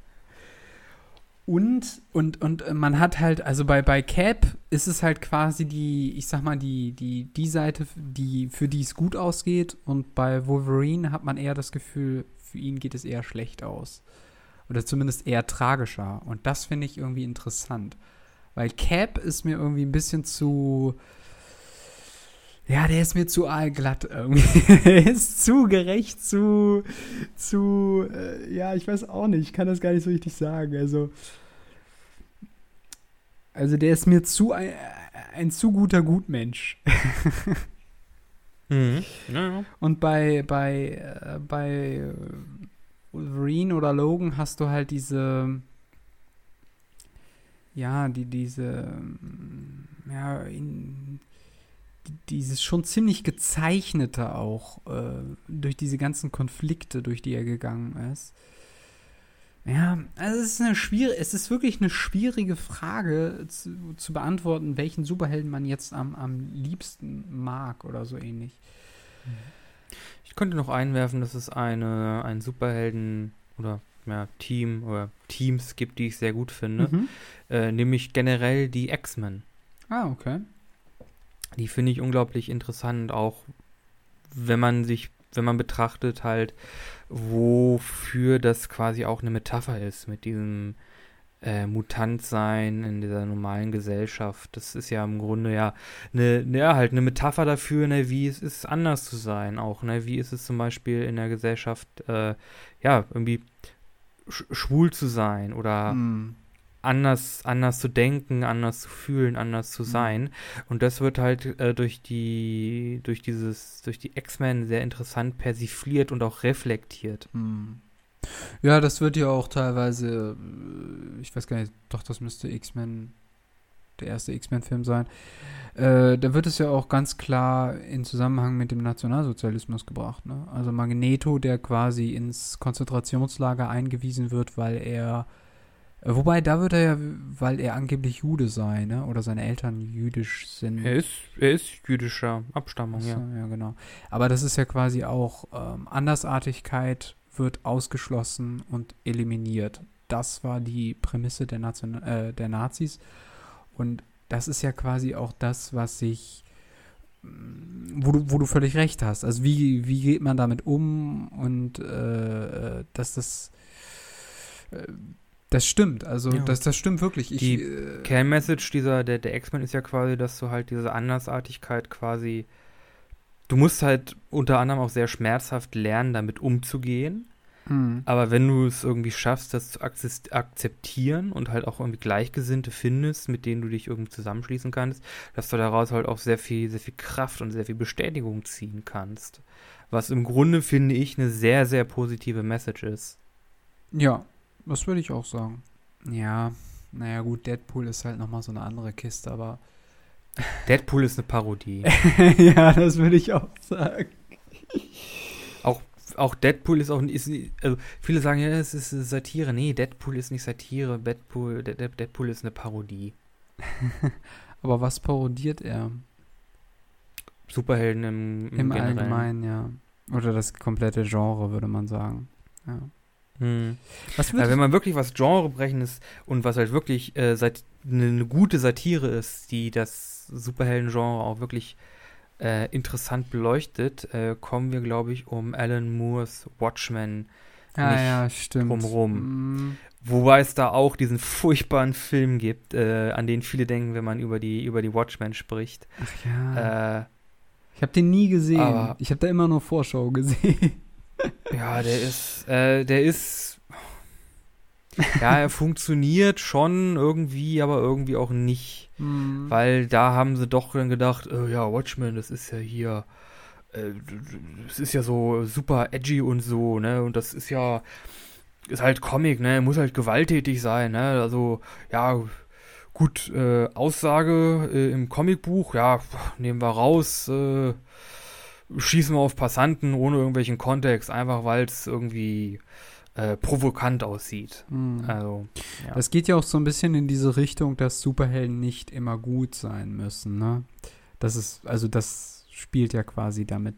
Und, und, und äh, man hat halt, also bei, bei Cap ist es halt quasi die, ich sag mal, die, die, die Seite, die, für die es gut ausgeht. Und bei Wolverine hat man eher das Gefühl, für ihn geht es eher schlecht aus. Oder zumindest eher tragischer. Und das finde ich irgendwie interessant. Weil Cap ist mir irgendwie ein bisschen zu. Ja, der ist mir zu aalglatt irgendwie. Der ist zu gerecht, zu, zu, äh, ja, ich weiß auch nicht, ich kann das gar nicht so richtig sagen. Also, also der ist mir zu ein, ein zu guter Gutmensch. Mhm. Ja, ja. Und bei, bei, äh, bei äh, Wolverine oder Logan hast du halt diese, ja, die, diese, ähm, ja, in, dieses schon ziemlich gezeichnete auch äh, durch diese ganzen Konflikte, durch die er gegangen ist. Ja, also es ist eine schwierige, es ist wirklich eine schwierige Frage zu, zu beantworten, welchen Superhelden man jetzt am, am liebsten mag oder so ähnlich. Ich könnte noch einwerfen, dass es eine, ein Superhelden- oder ja, Team oder Teams gibt, die ich sehr gut finde. Mhm. Äh, nämlich generell die X-Men. Ah, okay. Die finde ich unglaublich interessant, auch wenn man sich, wenn man betrachtet halt, wofür das quasi auch eine Metapher ist mit diesem äh, Mutantsein in dieser normalen Gesellschaft. Das ist ja im Grunde ja eine, ne, ja, halt eine Metapher dafür, ne, wie es ist, anders zu sein auch, ne, wie ist es zum Beispiel in der Gesellschaft, äh, ja, irgendwie sch schwul zu sein oder Hm. anders, anders zu denken, anders zu fühlen, anders zu sein. Und das wird halt äh, durch die, durch dieses, durch die X-Men sehr interessant persifliert und auch reflektiert. Hm. Ja, das wird ja auch teilweise, äh, ich weiß gar nicht, doch, das müsste X-Men der erste X-Men-Film sein. Äh, da wird es ja auch ganz klar in Zusammenhang mit dem Nationalsozialismus gebracht. Ne? Also Magneto, der quasi ins Konzentrationslager eingewiesen wird, weil er, äh, wobei da wird er ja, weil er angeblich Jude sei, ne? Oder seine Eltern jüdisch sind. Er ist, er ist jüdischer Abstammung, So, ja. ja, genau. Aber das ist ja quasi auch ähm, Andersartigkeit wird ausgeschlossen und eliminiert. Das war die Prämisse der, Nation äh, der Nazis. Und das ist ja quasi auch das, was sich, wo du, wo du völlig recht hast. Also wie, wie geht man damit um und äh, dass das äh, das stimmt. Also Ja. das, das stimmt wirklich. Ich, Die äh, Kernmessage dieser, der, der X-Men ist ja quasi, dass du halt diese Andersartigkeit quasi, du musst halt unter anderem auch sehr schmerzhaft lernen, damit umzugehen. mh. Aber wenn du es irgendwie schaffst, das zu akzes- akzeptieren und halt auch irgendwie Gleichgesinnte findest, mit denen du dich irgendwie zusammenschließen kannst, dass du daraus halt auch sehr viel, sehr viel Kraft und sehr viel Bestätigung ziehen kannst. Was im Grunde, finde ich, eine sehr, sehr positive Message ist. Ja, das würde ich auch sagen. Ja, naja gut, Deadpool ist halt nochmal so eine andere Kiste, aber Deadpool ist eine Parodie. ja, das würde ich auch sagen. Auch, auch Deadpool ist auch, ist, also viele sagen, ja, es ist Satire. Nee, Deadpool ist nicht Satire. Deadpool, De- De- Deadpool ist eine Parodie. Aber was parodiert er? Superhelden im, im, Im Generellen. Allgemeinen, ja. Oder das komplette Genre, würde man sagen. Ja. Hm. Was Also würdest wenn man wirklich was Genrebrechendes und was halt wirklich äh, sat- eine, eine gute Satire ist, die das Superhelden-Genre auch wirklich äh, interessant beleuchtet, äh, kommen wir, glaube ich, um Alan Moores Watchmen Ah nicht ja, stimmt. drumrum. Mm, Wobei es da auch diesen furchtbaren Film gibt, äh, an den viele denken, wenn man über die, über die Watchmen spricht. Ach ja. Äh, Ich habe den nie gesehen. aber- Ich habe da immer nur Vorschau gesehen. ja, der ist, äh, der ist, ja, er funktioniert schon irgendwie, aber irgendwie auch nicht. Mm. Weil da haben sie doch dann gedacht, äh, ja, Watchmen, das ist ja hier, äh, das ist ja so super edgy und so, ne? Und das ist ja, ist halt Comic, ne? Muss halt gewalttätig sein, ne? Also, ja, gut, äh, Aussage äh, im Comicbuch, ja, nehmen wir raus, äh, schießen wir auf Passanten ohne irgendwelchen Kontext, einfach weil es irgendwie äh, provokant aussieht. Mm. Also, ja. Das geht ja auch so ein bisschen in diese Richtung, dass Superhelden nicht immer gut sein müssen, ne? Das ist, also das spielt ja quasi damit,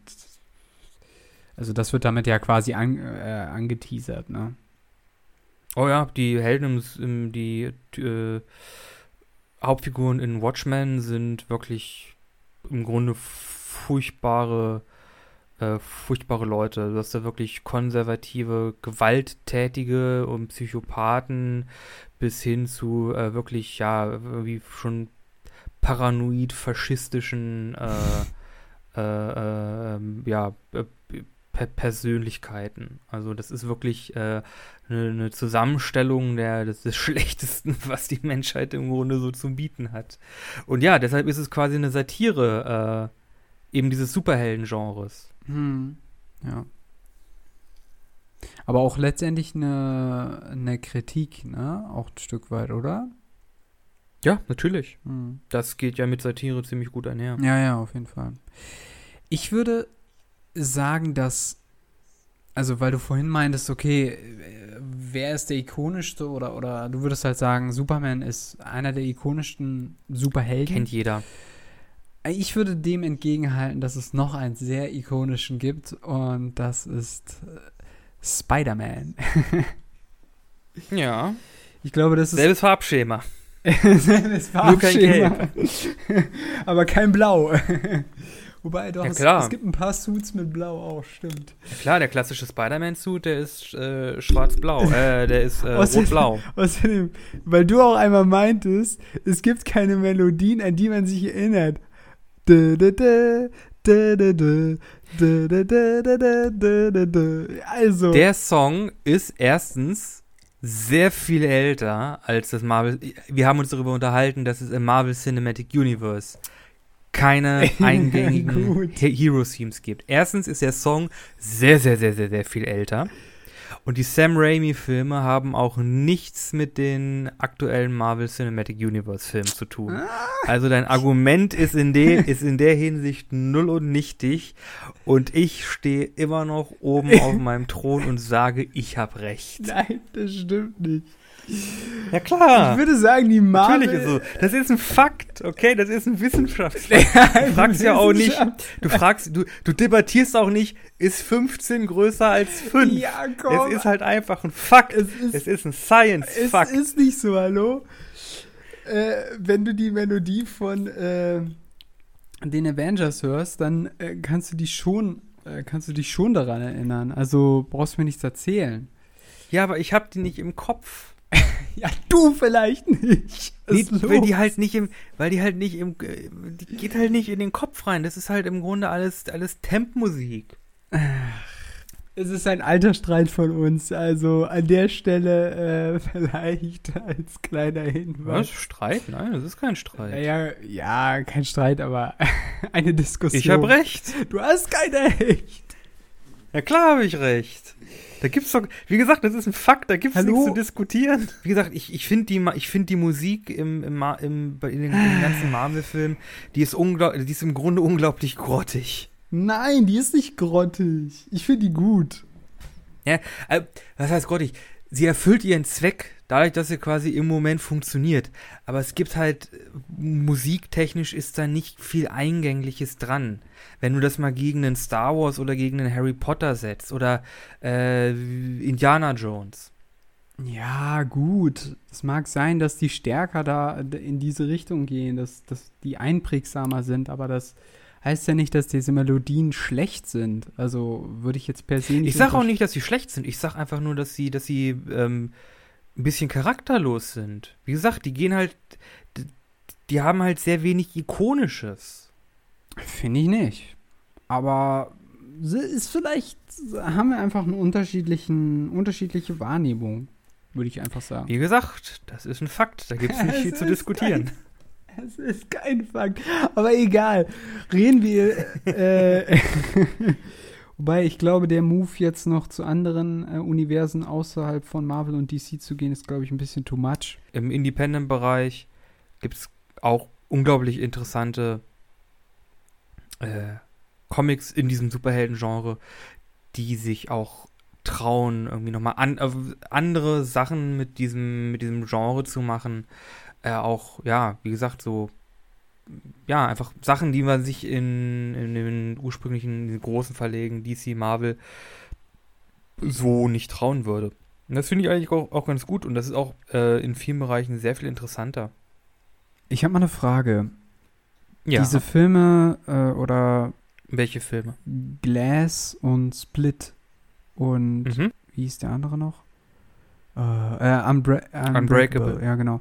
also das wird damit ja quasi an, äh, angeteasert, ne? Oh ja, die Helden, im, im, die äh, Hauptfiguren in Watchmen sind wirklich im Grunde furchtbare, äh, furchtbare Leute. Du hast da wirklich konservative, gewalttätige und Psychopathen bis hin zu äh, wirklich, ja, wie schon paranoid faschistischen äh, äh, äh, ja, äh, Per- Persönlichkeiten. Also das ist wirklich äh, eine, eine Zusammenstellung der, des, des Schlechtesten, was die Menschheit im Grunde so zu bieten hat. Und ja, deshalb ist es quasi eine Satire äh, eben dieses Superhelden-Genres. Hm. Ja. Aber auch letztendlich eine, eine Kritik, ne? Auch ein Stück weit, oder? Ja, natürlich. Hm. Das geht ja mit Satire ziemlich gut einher. Ja, ja, auf jeden Fall. Ich würde sagen, dass, also weil du vorhin meintest, okay, äh, wer ist der ikonischste oder, oder du würdest halt sagen, Superman ist einer der ikonischsten Superhelden. Kennt jeder. Ich würde dem entgegenhalten, dass es noch einen sehr ikonischen gibt und das ist äh, Spider-Man. Ja. Ich glaube, das ist Selbes Farbschema. selbes Nur kein Farbschema. Aber kein Blau. Wobei doch, Ja, es, klar. es gibt ein paar Suits mit Blau auch, stimmt. Ja, klar, der klassische Spider-Man-Suit, der ist äh, schwarz-blau. äh, der ist äh, Außerdem- rot-blau. Außerdem, weil du auch einmal meintest, es gibt keine Melodien, an die man sich erinnert. Dö, dö, dö, dö, dö, dö, dö, dö, dö, dö, dö, dö, dö. Also, Der Song ist erstens sehr viel älter als das Marvel. Wir haben uns darüber unterhalten, dass es im Marvel Cinematic Universe keine eingängigen Gut. He- Hero-Themes gibt. Erstens ist der Song sehr, sehr, sehr, sehr, sehr viel älter. Und die Sam Raimi-Filme haben auch nichts mit den aktuellen Marvel Cinematic Universe-Filmen zu tun. Ah. Also dein Argument ist in, de, ist in der Hinsicht null und nichtig. Und ich stehe immer noch oben auf meinem Thron und sage, ich habe recht. Nein, das stimmt nicht. Ja klar. Ich würde sagen, die Marvel... Natürlich ist so. Das ist ein Fakt, okay? Das ist ein Wissenschaftsfakt. Du fragst ja auch nicht, du fragst, du, du debattierst auch nicht, ist fünfzehn größer als fünf? Ja, komm. Es ist halt einfach ein Fakt. Es ist, es ist ein Science-Fakt. Es ist nicht so, hallo? Äh, wenn du die Melodie von äh, den Avengers hörst, dann äh, kannst du dich schon, äh, kannst du dich schon daran erinnern. Also brauchst du mir nichts erzählen. Ja, aber ich hab die nicht im Kopf. Ja, du vielleicht nicht. Nee, weil die halt nicht im, weil die halt nicht im, die geht halt nicht in den Kopf rein. Das ist halt im Grunde alles, alles Temp-Musik. Es ist ein alter Streit von uns, also an der Stelle äh, vielleicht als kleiner Hinweis. Was? Streit? Nein, das ist kein Streit. Ja, ja, kein Streit, aber eine Diskussion. Ich habe recht. Du hast kein Recht. Ja klar habe ich recht. Da gibt's doch, wie gesagt, das ist ein Fakt, da gibt's Hallo? nichts zu diskutieren. Wie gesagt, ich, ich finde die, ich find die Musik im, im, im, in, den, in den ganzen Marvel-Filmen, die ist unglaublich, die ist im Grunde unglaublich grottig. Nein, die ist nicht grottig. Ich finde die gut. Ja, äh, was heißt grottig? Sie erfüllt ihren Zweck, dadurch, dass sie quasi im Moment funktioniert. Aber es gibt halt, musiktechnisch ist da nicht viel Eingängliches dran. Wenn du das mal gegen einen Star Wars oder gegen einen Harry Potter setzt oder äh, Indiana Jones. Ja, gut. Es mag sein, dass die stärker da in diese Richtung gehen, dass, dass die einprägsamer sind, aber das heißt ja nicht, dass diese Melodien schlecht sind. Also würde ich jetzt per se nicht. Ich sage auch nicht, dass sie schlecht sind. Ich sage einfach nur, dass sie, dass sie ähm, ein bisschen charakterlos sind. Wie gesagt, die gehen halt, die, die haben halt sehr wenig Ikonisches. Finde ich nicht. Aber ist vielleicht, haben wir einfach eine unterschiedlichen, unterschiedliche Wahrnehmung, würde ich einfach sagen. Wie gesagt, das ist ein Fakt. Da gibt es nicht viel zu diskutieren. Es ist kein Fakt. Aber egal. Reden wir. äh, Wobei, ich glaube, der Move jetzt noch zu anderen äh, Universen außerhalb von Marvel und D C zu gehen, ist, glaube ich, ein bisschen too much. Im Independent-Bereich gibt es auch unglaublich interessante äh, Comics in diesem Superhelden-Genre, die sich auch trauen, irgendwie nochmal an, äh, andere Sachen mit diesem, mit diesem Genre zu machen. Äh, auch, ja, wie gesagt, so, ja, einfach Sachen, die man sich in, in den ursprünglichen, in den großen Verlegen, D C, Marvel, so nicht trauen würde. Und das finde ich eigentlich auch, auch ganz gut und das ist auch äh, in vielen Bereichen sehr viel interessanter. Ich habe mal eine Frage. Ja. Diese Filme äh, oder Welche Filme? Glass und Split und Mhm. wie ist der andere noch? Äh, äh, Unbra- Unbreakable. Unbreakable. Ja, genau.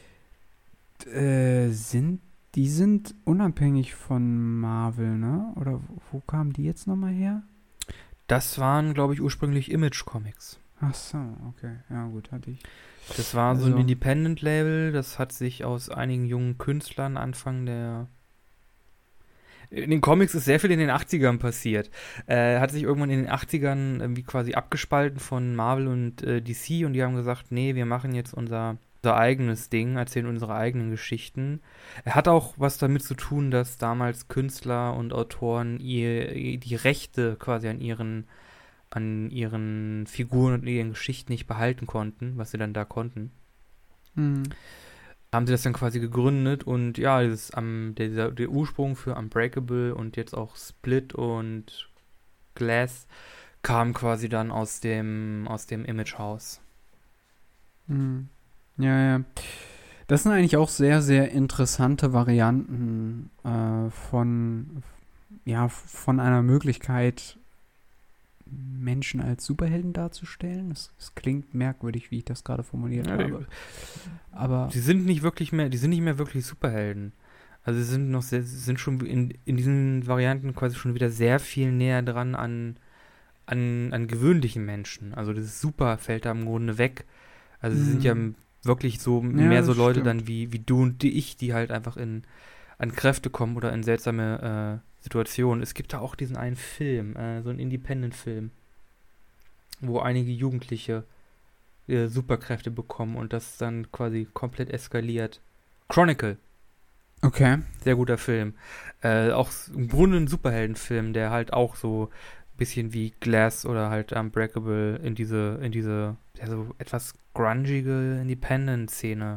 Äh, sind, die sind unabhängig von Marvel, ne? Oder wo, wo kamen die jetzt nochmal her? Das waren, glaube ich, ursprünglich Image-Comics. Ach so, okay. Ja, gut, hatte ich. Das war so Also- ein Independent-Label, das hat sich aus einigen jungen Künstlern Anfang der... In den Comics ist sehr viel in den achtzigern passiert. Äh, hat sich irgendwann in den achtzigern irgendwie quasi abgespalten von Marvel und äh, D C und die haben gesagt, nee, wir machen jetzt unser, unser eigenes Ding, erzählen unsere eigenen Geschichten. Er hat auch was damit zu tun, dass damals Künstler und Autoren ihr, die Rechte quasi an ihren, an ihren Figuren und ihren Geschichten nicht behalten konnten, was sie dann da konnten. Hm. Haben sie das dann quasi gegründet und ja, dieses, um, der, der Ursprung für Unbreakable und jetzt auch Split und Glass kam quasi dann aus dem, aus dem Image-Haus. Hm. Ja, ja. Das sind eigentlich auch sehr, sehr interessante Varianten äh, von, ja, von einer Möglichkeit, Menschen als Superhelden darzustellen. Das, das klingt merkwürdig, wie ich das gerade formuliert Ja, habe. Aber Die sind nicht wirklich mehr, die sind nicht mehr wirklich Superhelden. Also sie sind noch sehr, sie sind schon in, in diesen Varianten quasi schon wieder sehr viel näher dran an, an, an gewöhnlichen Menschen. Also das Super fällt da im Grunde weg. Also sie sind ja Mhm. wirklich so Ja, mehr so das Leute stimmt. dann wie, wie du und die ich, die halt einfach in an Kräfte kommen oder in seltsame äh, Situationen. Es gibt da auch diesen einen Film, äh, so einen Independent-Film. wo einige Jugendliche äh, Superkräfte bekommen und das dann quasi komplett eskaliert. Chronicle. Okay. Sehr guter Film. Äh, auch im Grunde ein Superheldenfilm, der halt auch so ein bisschen wie Glass oder halt Unbreakable in diese, in diese, ja, so etwas grungige Independent-Szene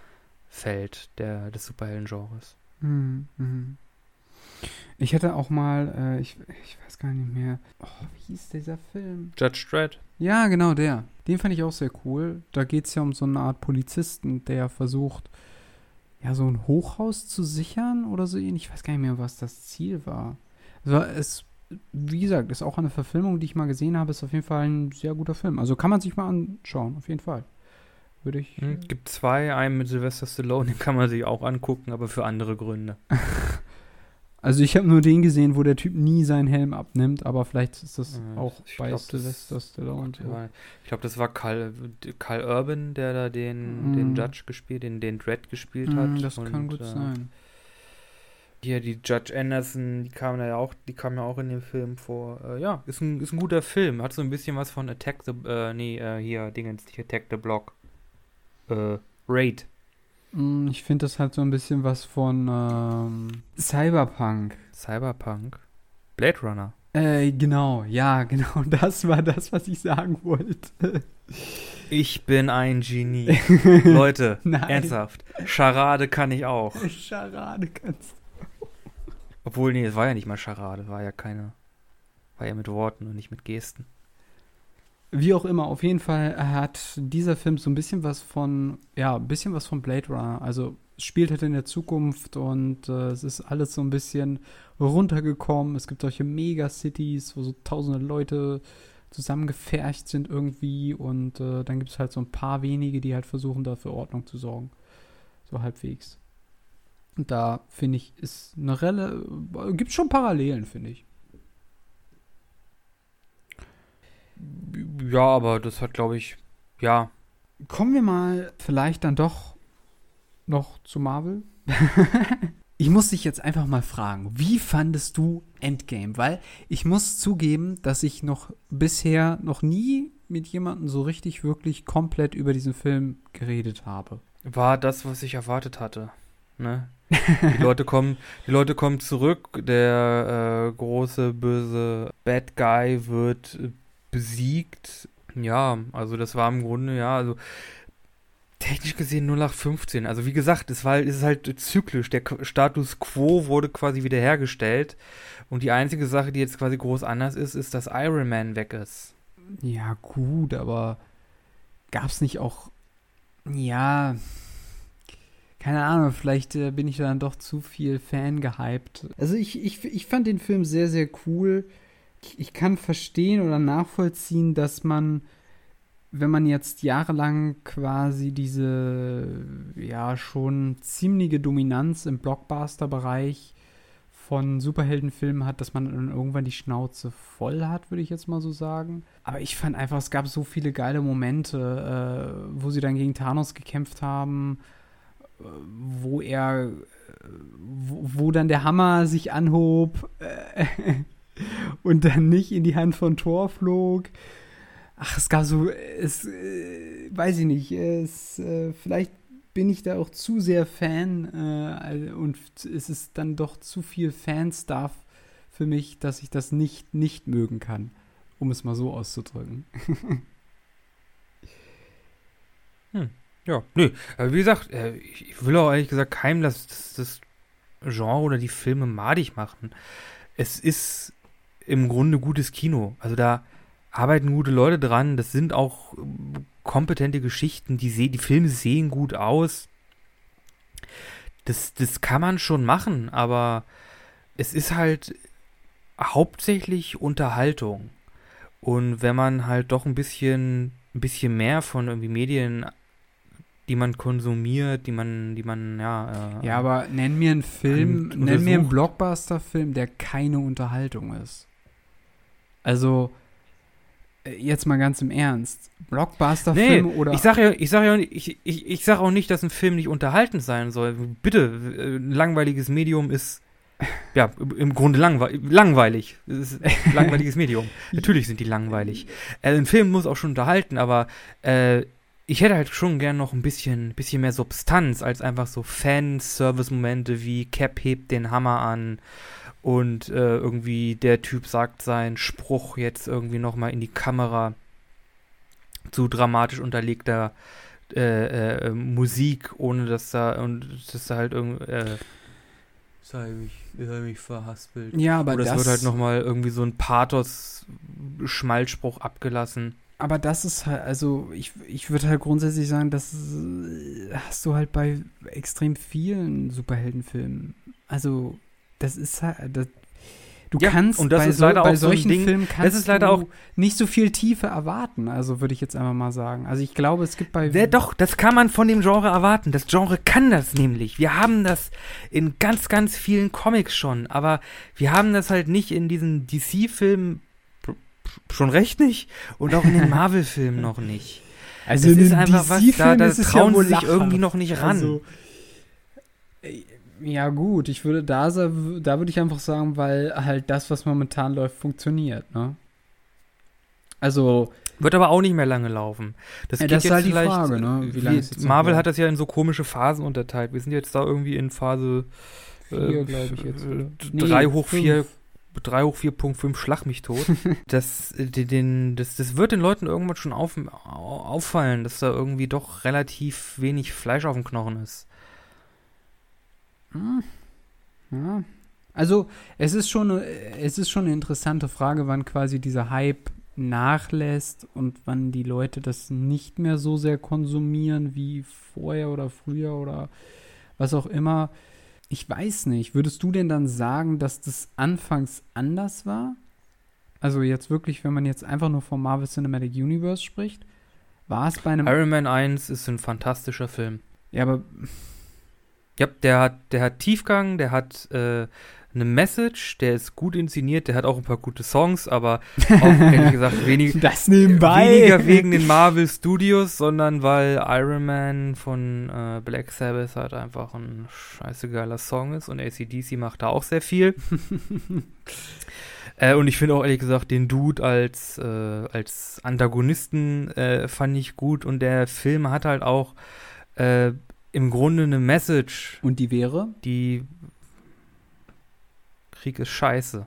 fällt, der, des Superhelden-Genres. Mhm. Mhm. Ich hatte auch mal, äh, ich, ich weiß gar nicht mehr, oh, wie hieß dieser Film? Judge Dredd. Ja, genau, der. Den fand ich auch sehr cool. Da geht es ja um so eine Art Polizisten, der versucht, ja, so ein Hochhaus zu sichern oder so ähnlich. Ich weiß gar nicht mehr, was das Ziel war. Also es, wie gesagt, ist auch eine Verfilmung, die ich mal gesehen habe. Ist auf jeden Fall ein sehr guter Film. Also kann man sich mal anschauen, auf jeden Fall. Würde ich. Hm, gibt zwei, einen mit Sylvester Stallone, den kann man sich auch angucken, aber für andere Gründe. Also ich habe nur den gesehen, wo der Typ nie seinen Helm abnimmt, aber vielleicht ist das Ja, auch ich bei glaub, Sylvester Stallone und so. Ja, ich glaube, das war Karl, Karl Urban, der da den, Mm. den Judge gespielt, den, den Dredd gespielt hat. Mm, das und, kann gut äh, sein. Hier, die Judge Anderson, die kam ja auch, die kam ja auch in dem Film vor. Äh, ja, ist ein, ist ein guter Film. Hat so ein bisschen was von Attack the, äh, nee, äh, hier, Dingens, nicht Attack the Block. Äh, Raid. Mm, Ich finde das halt so ein bisschen was von ähm, Cyberpunk. Cyberpunk. Blade Runner. Äh, genau, ja, genau. Das war das, was ich sagen wollte. Ich bin ein Genie. Leute, Nein. ernsthaft. Charade kann ich auch. Scharade kannst Obwohl, nee, es war ja nicht mal Charade, war ja keine, war ja mit Worten und nicht mit Gesten. Wie auch immer, auf jeden Fall hat dieser Film so ein bisschen was von, ja, ein bisschen was von Blade Runner. Also es spielt halt in der Zukunft und äh, es ist alles so ein bisschen runtergekommen. Es gibt solche Megacities, wo so tausende Leute zusammengepfercht sind irgendwie und äh, dann gibt es halt so ein paar wenige, die halt versuchen, da für Ordnung zu sorgen. So halbwegs. Und da, finde ich, ist eine Relle, gibt schon Parallelen, finde ich. Ja, aber das hat, glaube ich, ja. Kommen wir mal vielleicht dann doch noch zu Marvel. Ich muss dich jetzt einfach mal fragen, wie fandest du Endgame? Weil ich muss zugeben, dass ich noch bisher noch nie mit jemandem so richtig, wirklich komplett über diesen Film geredet habe. War das, was ich erwartet hatte. Ne? Die Leute kommen, die Leute kommen zurück, der äh, große, böse Bad Guy wird äh, besiegt. Ja, also das war im Grunde, ja, also technisch gesehen null acht fünfzehn. Also wie gesagt, es war, es ist halt zyklisch. Der K- Status Quo wurde quasi wiederhergestellt. Und die einzige Sache, die jetzt quasi groß anders ist, ist, dass Iron Man weg ist. Ja, gut, aber gab es nicht auch, ja, keine Ahnung, vielleicht äh, bin ich dann doch zu viel Fan gehypt. Also ich, ich, ich fand den Film sehr, sehr cool. Ich, ich kann verstehen oder nachvollziehen, dass man, wenn man jetzt jahrelang quasi diese, ja, schon ziemliche Dominanz im Blockbuster-Bereich von Superheldenfilmen hat, dass man dann irgendwann die Schnauze voll hat, würde ich jetzt mal so sagen. Aber ich fand einfach, es gab so viele geile Momente, äh, wo sie dann gegen Thanos gekämpft haben, äh, wo er, äh, wo, wo dann der Hammer sich anhob äh, und dann nicht in die Hand von Thor flog. Ach, es gab so, es, äh, weiß ich nicht, es, äh, vielleicht bin ich da auch zu sehr Fan äh, und es ist dann doch zu viel Fan-Stuff für mich, dass ich das nicht nicht mögen kann, um es mal so auszudrücken. Hm. Ja, nö. Aber wie gesagt, äh, ich, ich will auch ehrlich gesagt keinem das, das, das Genre oder die Filme madig machen. Es ist im Grunde gutes Kino. Also da arbeiten gute Leute dran. Das sind auch ähm, kompetente Geschichten. Die, seh, die Filme sehen gut aus. Das, das kann man schon machen, aber es ist halt hauptsächlich Unterhaltung. Und wenn man halt doch ein bisschen, ein bisschen mehr von irgendwie Medien, die man konsumiert, die man, die man, ja. Äh, Ja, aber nenn mir einen Film, und nenn mir einen untersucht. Blockbuster-Film, der keine Unterhaltung ist. Also, äh, jetzt mal ganz im Ernst. Blockbuster-Film Nee, oder. ich sag ja, ich sag ja, ich, ich, ich sag auch nicht, dass ein Film nicht unterhaltend sein soll. Bitte, äh, ein langweiliges Medium ist ja, im Grunde langwe- langweilig. Es ist ein langweiliges Medium. Natürlich sind die langweilig. Äh, ein Film muss auch schon unterhalten, aber äh, ich hätte halt schon gern noch ein bisschen, bisschen mehr Substanz als einfach so Fan-Service-Momente wie Cap hebt den Hammer an und äh, irgendwie der Typ sagt seinen Spruch jetzt irgendwie nochmal in die Kamera zu dramatisch unterlegter äh, äh, Musik, ohne dass da und dass da halt irgendwie äh, das habe ich mich, das habe ich mich verhaspelt. Ja, aber Oder es das wird halt nochmal irgendwie so ein Pathos-Schmalspruch abgelassen. Aber das ist halt, also ich, ich würde halt grundsätzlich sagen, das äh, hast du halt bei extrem vielen Superheldenfilmen. Also das ist halt, das, du Ja, kannst und das bei, ist so, leider bei auch so ein solchen Ding- Filmen das kannst ist leider du auch- nicht so viel Tiefe erwarten. Also würde ich jetzt einfach mal sagen. Also ich glaube, es gibt bei Ja, doch, das kann man von dem Genre erwarten. Das Genre kann das nämlich. Wir haben das in ganz, ganz vielen Comics schon, aber wir haben das halt nicht in diesen D C-Filmen, schon recht nicht, und auch in den Marvel-Filmen noch nicht. also Das in ist den einfach was, D C-Filmen da, da ist es trauen ja wohl sie sich lachhaft. irgendwie noch nicht ran. Also, äh, ja gut, ich würde da, sa- da würde ich einfach sagen, weil halt das, was momentan läuft, funktioniert, ne? Also, Wird aber auch nicht mehr lange laufen. Das, Ja, geht das ist jetzt halt die vielleicht, Frage, ne? Wie wie- lange es jetzt noch Marvel bleibt. hat das ja in so komische Phasen unterteilt. Wir sind jetzt da irgendwie in Phase Vier, glaub ich jetzt, oder? Nee, drei hoch vier fünf. drei hoch vier Punkt fünf Schlag mich tot. das, äh, den- den, das, das wird den Leuten irgendwann schon auf, au- auffallen, dass da irgendwie doch relativ wenig Fleisch auf dem Knochen ist. Hm. Ja. Also, es ist schon eine, es ist schon eine interessante Frage, wann quasi dieser Hype nachlässt und wann die Leute das nicht mehr so sehr konsumieren wie vorher oder früher oder was auch immer. Ich weiß nicht. Würdest du denn dann sagen, dass das anfangs anders war? Also jetzt wirklich, wenn man jetzt einfach nur vom Marvel Cinematic Universe spricht, war es bei einem... Iron Man eins ist ein fantastischer Film. Ja, aber Ja, der hat, der hat Tiefgang, der hat äh, eine Message, der ist gut inszeniert, der hat auch ein paar gute Songs, aber auch, ehrlich gesagt, wenig, das nebenbei. weniger wegen den Marvel Studios, sondern weil Iron Man von äh, Black Sabbath halt einfach ein scheiße geiler Song ist und A C D C macht da auch sehr viel. äh, und ich finde auch ehrlich gesagt den Dude als, äh, als Antagonisten äh, fand ich gut und der Film hat halt auch äh, im Grunde eine Message, Und die wäre? die Krieg ist scheiße.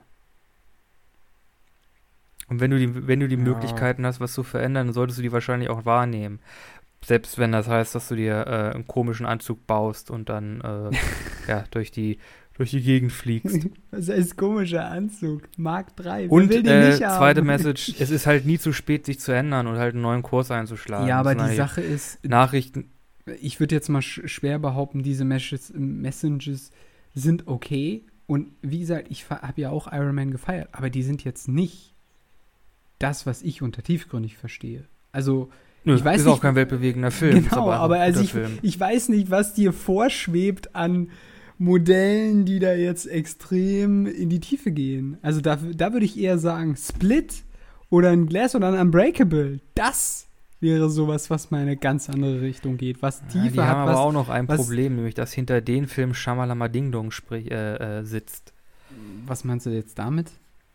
Und wenn du die, wenn du die Ja. Möglichkeiten hast, was zu verändern, dann solltest du die wahrscheinlich auch wahrnehmen. Selbst wenn das heißt, dass du dir äh, einen komischen Anzug baust und dann äh, ja, durch die, durch die Gegend fliegst. Was heißt komischer Anzug? Mark drei. Und äh, zweite Message, es ist halt nie zu spät, sich zu ändern und halt einen neuen Kurs einzuschlagen. Ja, aber Das sind die halt Sache ist, Nachrichten, ich würde jetzt mal sch schwer behaupten, diese Messages, Messages sind okay. Und wie gesagt, ich habe ja auch Iron Man gefeiert, aber die sind jetzt nicht das, was ich unter tiefgründig verstehe. Also, nö, ich weiß ist nicht, auch kein weltbewegender Film. ist genau, einfach ein aber also guter ich, Film. ich weiß nicht, was dir vorschwebt an Modellen, die da jetzt extrem in die Tiefe gehen. Also da, da würde ich eher sagen, Split oder ein Glass oder ein Unbreakable. Das wäre sowas, was mal in eine ganz andere Richtung geht, was Ja, Tiefe die hat, haben aber was, auch noch ein was- Problem, nämlich dass hinter den Film Shamalama Ding Dong sprich, äh, äh, sitzt. was meinst du jetzt damit?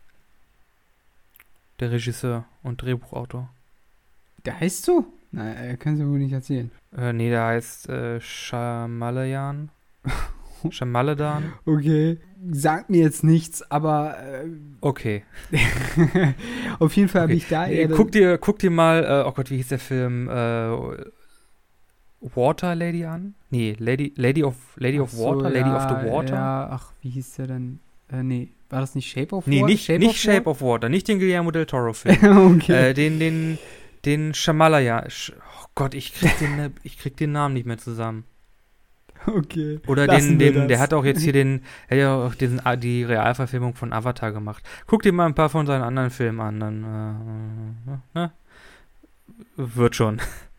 Der Regisseur und Drehbuchautor. Der heißt so? Na, äh, können Sie wohl nicht erzählen. Äh, nee, der heißt äh, Shamalayan. Shamaladan. Okay. Sagt mir jetzt nichts, aber äh, Okay. auf jeden Fall habe okay. ich da Nee, eher... guck, dir, guck dir mal, äh, oh Gott, wie hieß der Film? Äh, Water Lady an? Nee, Lady, Lady of Lady of Ach so, Water, Lady ja, of the Water. Ja, ach, wie hieß der denn? Äh, nee, war das nicht Shape of Nee, Water? nicht, nicht Shape of Water, nicht den Guillermo del Toro-Film. okay. äh, den, den, den Shamalaya. Sch oh Gott, ich krieg, den, ich krieg den Namen nicht mehr zusammen. Okay. Oder Lassen den, wir den das. der hat auch jetzt hier den, er hat ja auch diesen, die Realverfilmung von Avatar gemacht. Guck dir mal ein paar von seinen anderen Filmen an, dann äh, äh, wird schon.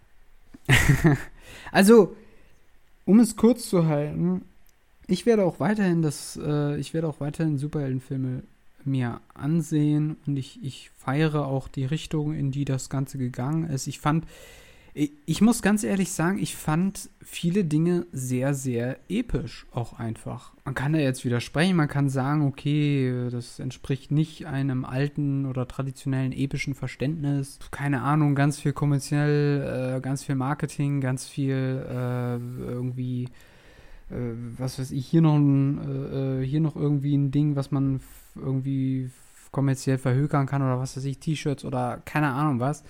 Also, um es kurz zu halten, ich werde auch weiterhin das, äh, ich werde auch weiterhin Superheldenfilme mir ansehen und ich, ich feiere auch die Richtung, in die das Ganze gegangen ist. Ich fand, Ich, ich muss ganz ehrlich sagen, ich fand viele Dinge sehr, sehr episch auch einfach. Man kann da jetzt widersprechen, man kann sagen, okay, das entspricht nicht einem alten oder traditionellen epischen Verständnis. Keine Ahnung, ganz viel kommerziell, äh, ganz viel Marketing, ganz viel äh, irgendwie, äh, was weiß ich, hier noch ein, äh, hier noch irgendwie ein Ding, was man f- irgendwie f- kommerziell verhökern kann oder was weiß ich, T-Shirts oder keine Ahnung was.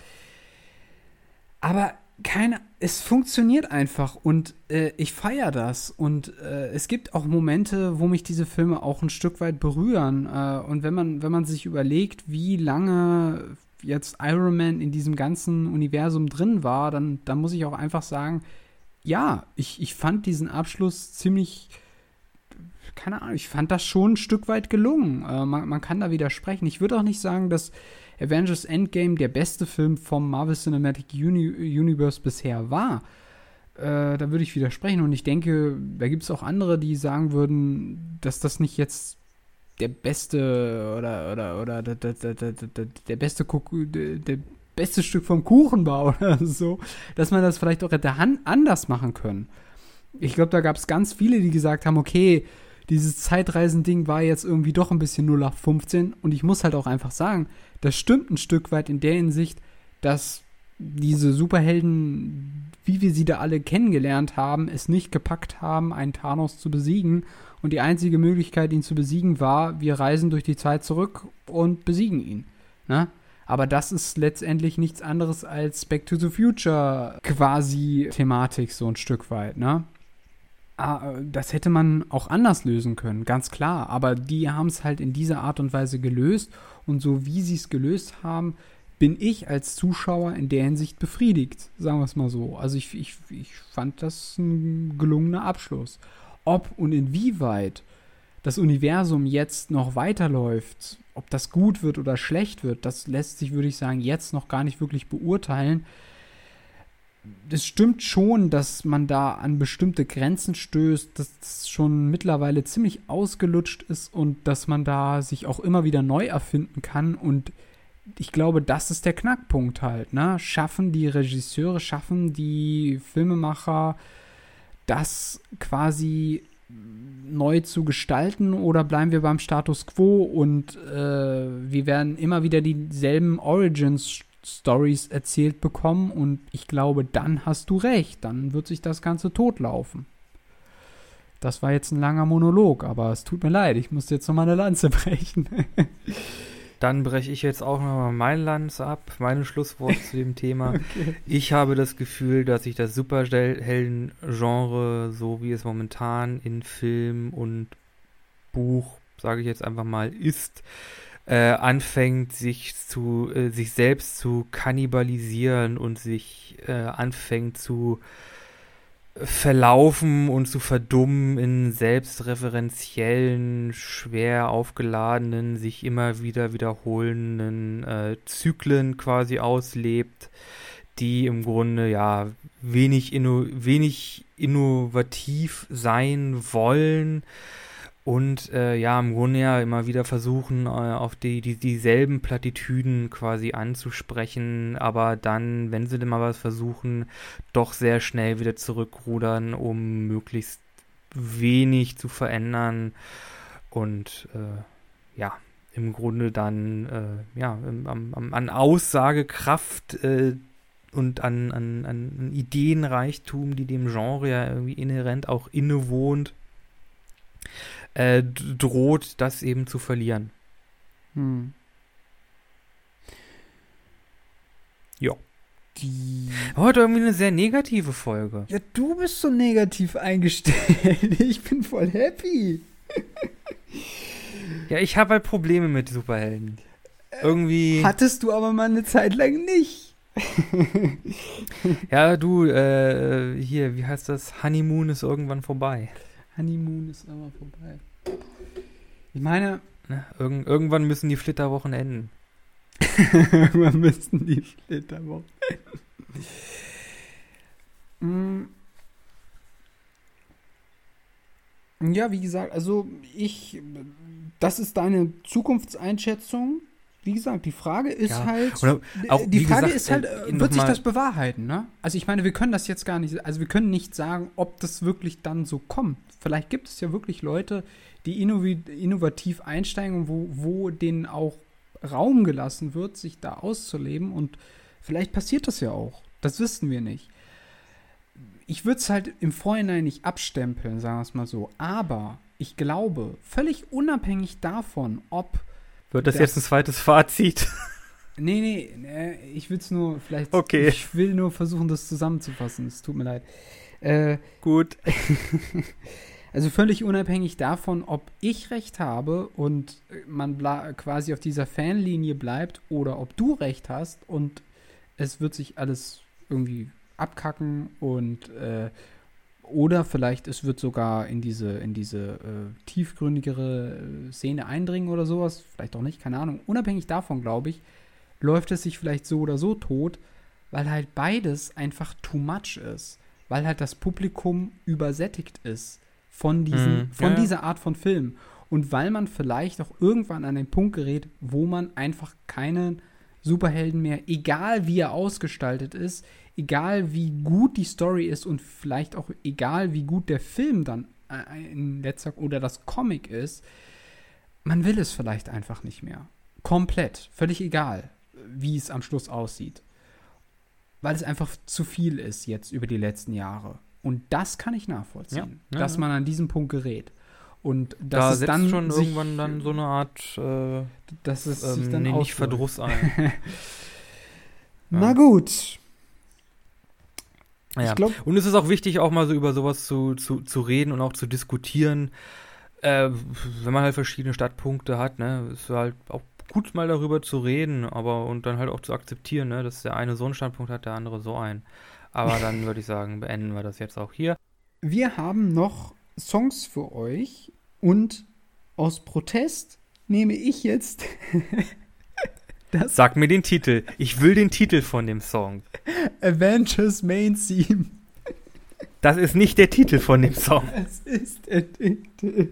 Aber keine, es funktioniert einfach und äh, ich feiere das. Und äh, es gibt auch Momente, wo mich diese Filme auch ein Stück weit berühren. Äh, und wenn man, wenn man sich überlegt, wie lange jetzt Iron Man in diesem ganzen Universum drin war, dann, dann muss ich auch einfach sagen, ja, ich, ich fand diesen Abschluss ziemlich, keine Ahnung, ich fand das schon ein Stück weit gelungen. Äh, man, man kann da widersprechen. Ich würde auch nicht sagen, dass Avengers Endgame der beste Film vom Marvel Cinematic Uni- Universe bisher war. Äh, da würde ich widersprechen und ich denke, da gibt es auch andere, die sagen würden, dass das nicht jetzt der beste oder oder oder der, der, der, der, der, der beste Kuku, der, der beste Stück vom Kuchen war oder so, dass man das vielleicht auch hätte han- anders machen können. Ich glaube, da gab es ganz viele, die gesagt haben, okay, dieses Zeitreisen-Ding war jetzt irgendwie doch ein bisschen null acht fünfzehn und ich muss halt auch einfach sagen, das stimmt ein Stück weit in der Hinsicht, dass diese Superhelden, wie wir sie da alle kennengelernt haben, es nicht gepackt haben, einen Thanos zu besiegen. Und die einzige Möglichkeit, ihn zu besiegen, war, wir reisen durch die Zeit zurück und besiegen ihn. Ne? Aber das ist letztendlich nichts anderes als Back to the Future quasi Thematik, so ein Stück weit, ne? Ah, das hätte man auch anders lösen können, ganz klar. Aber die haben es halt in dieser Art und Weise gelöst. Und so wie sie es gelöst haben, bin ich als Zuschauer in der Hinsicht befriedigt. Sagen wir es mal so. Also ich, ich, ich fand das ein gelungener Abschluss. Ob und inwieweit das Universum jetzt noch weiterläuft, ob das gut wird oder schlecht wird, das lässt sich, würde ich sagen, jetzt noch gar nicht wirklich beurteilen. Es stimmt schon, dass man da an bestimmte Grenzen stößt, dass es schon mittlerweile ziemlich ausgelutscht ist und dass man da sich auch immer wieder neu erfinden kann. Und ich glaube, das ist der Knackpunkt halt, ne? Schaffen die Regisseure, schaffen die Filmemacher, das quasi neu zu gestalten, oder bleiben wir beim Status quo und äh, wir werden immer wieder dieselben Origins Stories erzählt bekommen und ich glaube, dann hast du recht, dann wird sich das Ganze totlaufen. Das war jetzt ein langer Monolog, aber es tut mir leid, ich muss jetzt noch mal eine Lanze brechen. Dann breche ich jetzt auch noch mal meine Lanze ab, meine Schlussworte zu dem Thema. Okay. Ich habe das Gefühl, dass sich das Superhelden-Genre, so wie es momentan in Film und Buch, sage ich jetzt einfach mal, ist, äh, anfängt, sich zu äh, sich selbst zu kannibalisieren und sich äh, anfängt zu verlaufen und zu verdummen in selbstreferenziellen, schwer aufgeladenen, sich immer wieder wiederholenden äh, Zyklen quasi auslebt, die im Grunde ja wenig, inno, wenig innovativ sein wollen und äh, ja im Grunde ja immer wieder versuchen, äh, auf die, die dieselben Plattitüden quasi anzusprechen, aber dann, wenn sie denn mal was versuchen, doch sehr schnell wieder zurückrudern, um möglichst wenig zu verändern und äh, ja, im Grunde dann äh, ja, im, am, am, an Aussagekraft äh, und an, an, an Ideenreichtum, die dem Genre ja irgendwie inhärent auch innewohnt, äh, d- droht, das eben zu verlieren. Hm. Ja. Die Heute irgendwie eine sehr negative Folge. ja, du bist so negativ eingestellt. Ich bin voll happy. Ja, ich habe halt Probleme mit Superhelden. Irgendwie. Hattest du aber mal eine Zeit lang nicht. Ja, du, äh, hier, wie heißt das? Honeymoon ist irgendwann vorbei. Honeymoon ist aber vorbei. Ich meine, Ne? Irg irgendwann müssen die Flitterwochen enden. irgendwann müssten die Flitterwochen. Mm. Ja, wie gesagt, also ich, das ist deine Zukunftseinschätzung. wie gesagt, die Frage ist Ja. halt, Oder auch, die wie Frage gesagt, ist halt, äh, äh, wird sich nochmal- das bewahrheiten, ne? Also ich meine, wir können das jetzt gar nicht, also wir können nicht sagen, ob das wirklich dann so kommt. Vielleicht gibt es ja wirklich Leute, die innovi- innovativ einsteigen, wo, wo denen auch Raum gelassen wird, sich da auszuleben und vielleicht passiert das ja auch. Das wissen wir nicht. Ich würde es halt im Vorhinein nicht abstempeln, sagen wir es mal so. Aber ich glaube, völlig unabhängig davon, ob Wird das, das- jetzt ein zweites Fazit? Nee, nee, nee, ich will es nur vielleicht. Okay. Ich will nur versuchen, das zusammenzufassen. Es tut mir leid. Äh, Gut. also völlig unabhängig davon, ob ich recht habe und man bla- quasi auf dieser Fanlinie bleibt oder ob du recht hast und es wird sich alles irgendwie abkacken und äh, oder vielleicht es wird sogar in diese, in diese äh, tiefgründigere äh, Szene eindringen oder sowas. Vielleicht auch nicht, keine Ahnung. Unabhängig davon, glaube ich, läuft es sich vielleicht so oder so tot, weil halt beides einfach too much ist. Weil halt das Publikum übersättigt ist von, diesen, Mhm, von ja, ja. dieser Art von Film. Und weil man vielleicht auch irgendwann an den Punkt gerät, wo man einfach keinen Superhelden mehr, egal wie er ausgestaltet ist, egal wie gut die Story ist und vielleicht auch egal wie gut der Film dann äh, in letzter oder das Comic ist, man will es vielleicht einfach nicht mehr. Komplett, völlig egal, wie es am Schluss aussieht. Weil es einfach zu viel ist jetzt über die letzten Jahre. Und das kann ich nachvollziehen, Ja, ja, dass ja. man an diesem Punkt gerät. Und dass Da es setzt dann schon sich, irgendwann dann so eine Art äh, dass es sich ähm, dann nee, nicht ausläuft. Verdruss ein. Na Ja. gut. Ja. Ich glaub- Und es ist auch wichtig, auch mal so über sowas zu, zu, zu reden und auch zu diskutieren. Äh, wenn man halt verschiedene Standpunkte hat, ne, ist halt auch gut, mal darüber zu reden, aber und dann halt auch zu akzeptieren, ne, dass der eine so einen Standpunkt hat, der andere so einen. Aber dann würde ich sagen, beenden wir das jetzt auch hier. Wir haben noch Songs für euch und aus Protest nehme ich jetzt das Sag mir den Titel. Ich will den Titel von dem Song. Avengers Main Theme. Das ist nicht der Titel von dem Song. Es ist der Titel.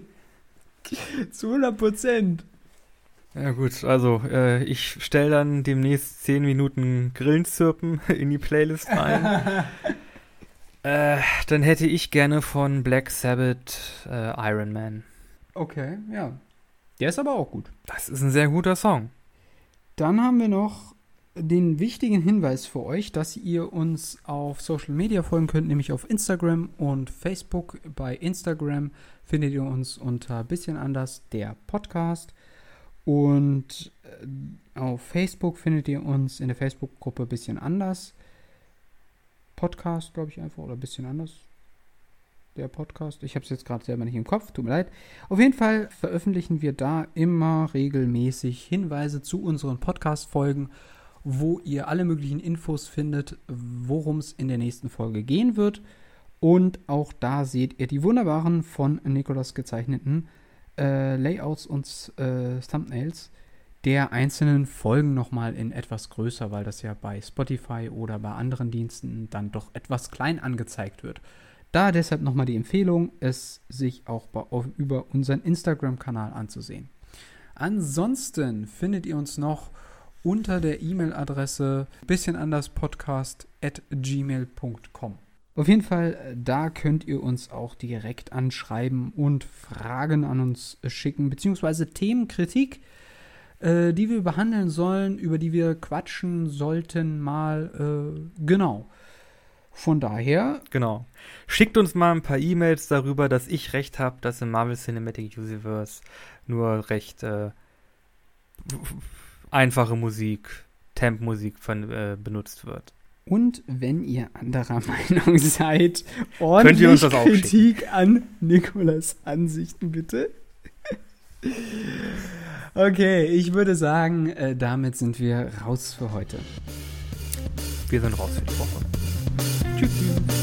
Zu hundert Prozent. Ja gut, also äh, ich stelle dann demnächst zehn Minuten Grillenzirpen in die Playlist rein. äh, dann hätte ich gerne von Black Sabbath äh, Iron Man. Okay, ja. Der ist aber auch gut. Das ist ein sehr guter Song. Dann haben wir noch den wichtigen Hinweis für euch, dass ihr uns auf Social Media folgen könnt, nämlich auf Instagram und Facebook. Bei Instagram findet ihr uns unter bisschen anders der Podcast und äh, auf Facebook findet ihr uns in der Facebook-Gruppe bisschen anders Podcast, glaube ich einfach, oder bisschen anders der Podcast. Ich habe es jetzt gerade selber nicht im Kopf, tut mir leid. Auf jeden Fall veröffentlichen wir da immer regelmäßig Hinweise zu unseren Podcast-Folgen, wo ihr alle möglichen Infos findet, worum es in der nächsten Folge gehen wird. Und auch da seht ihr die wunderbaren von Nikolas gezeichneten äh, Layouts und äh, Thumbnails der einzelnen Folgen nochmal in etwas größer, weil das ja bei Spotify oder bei anderen Diensten dann doch etwas klein angezeigt wird. Da deshalb nochmal die Empfehlung, es sich auch bei, auf, über unseren Instagram-Kanal anzusehen. Ansonsten findet ihr uns noch unter der E-Mail-Adresse bissenanderspodcast at gmail punkt com. Auf jeden Fall, da könnt ihr uns auch direkt anschreiben und Fragen an uns schicken, beziehungsweise Themenkritik, äh, die wir behandeln sollen, über die wir quatschen sollten mal. Äh, genau. Von daher. Genau. Schickt uns mal ein paar E-Mails darüber, dass ich recht habe, dass im Marvel Cinematic Universe nur recht äh, einfache Musik, Temp-Musik von, äh, benutzt wird. Und wenn ihr anderer Meinung seid, Könnt ihr uns ordentlich das auch Kritik an Nikolas Ansichten, bitte. Okay, ich würde sagen, äh, damit sind wir raus für heute. Wir sind raus für die Woche. Tschüss.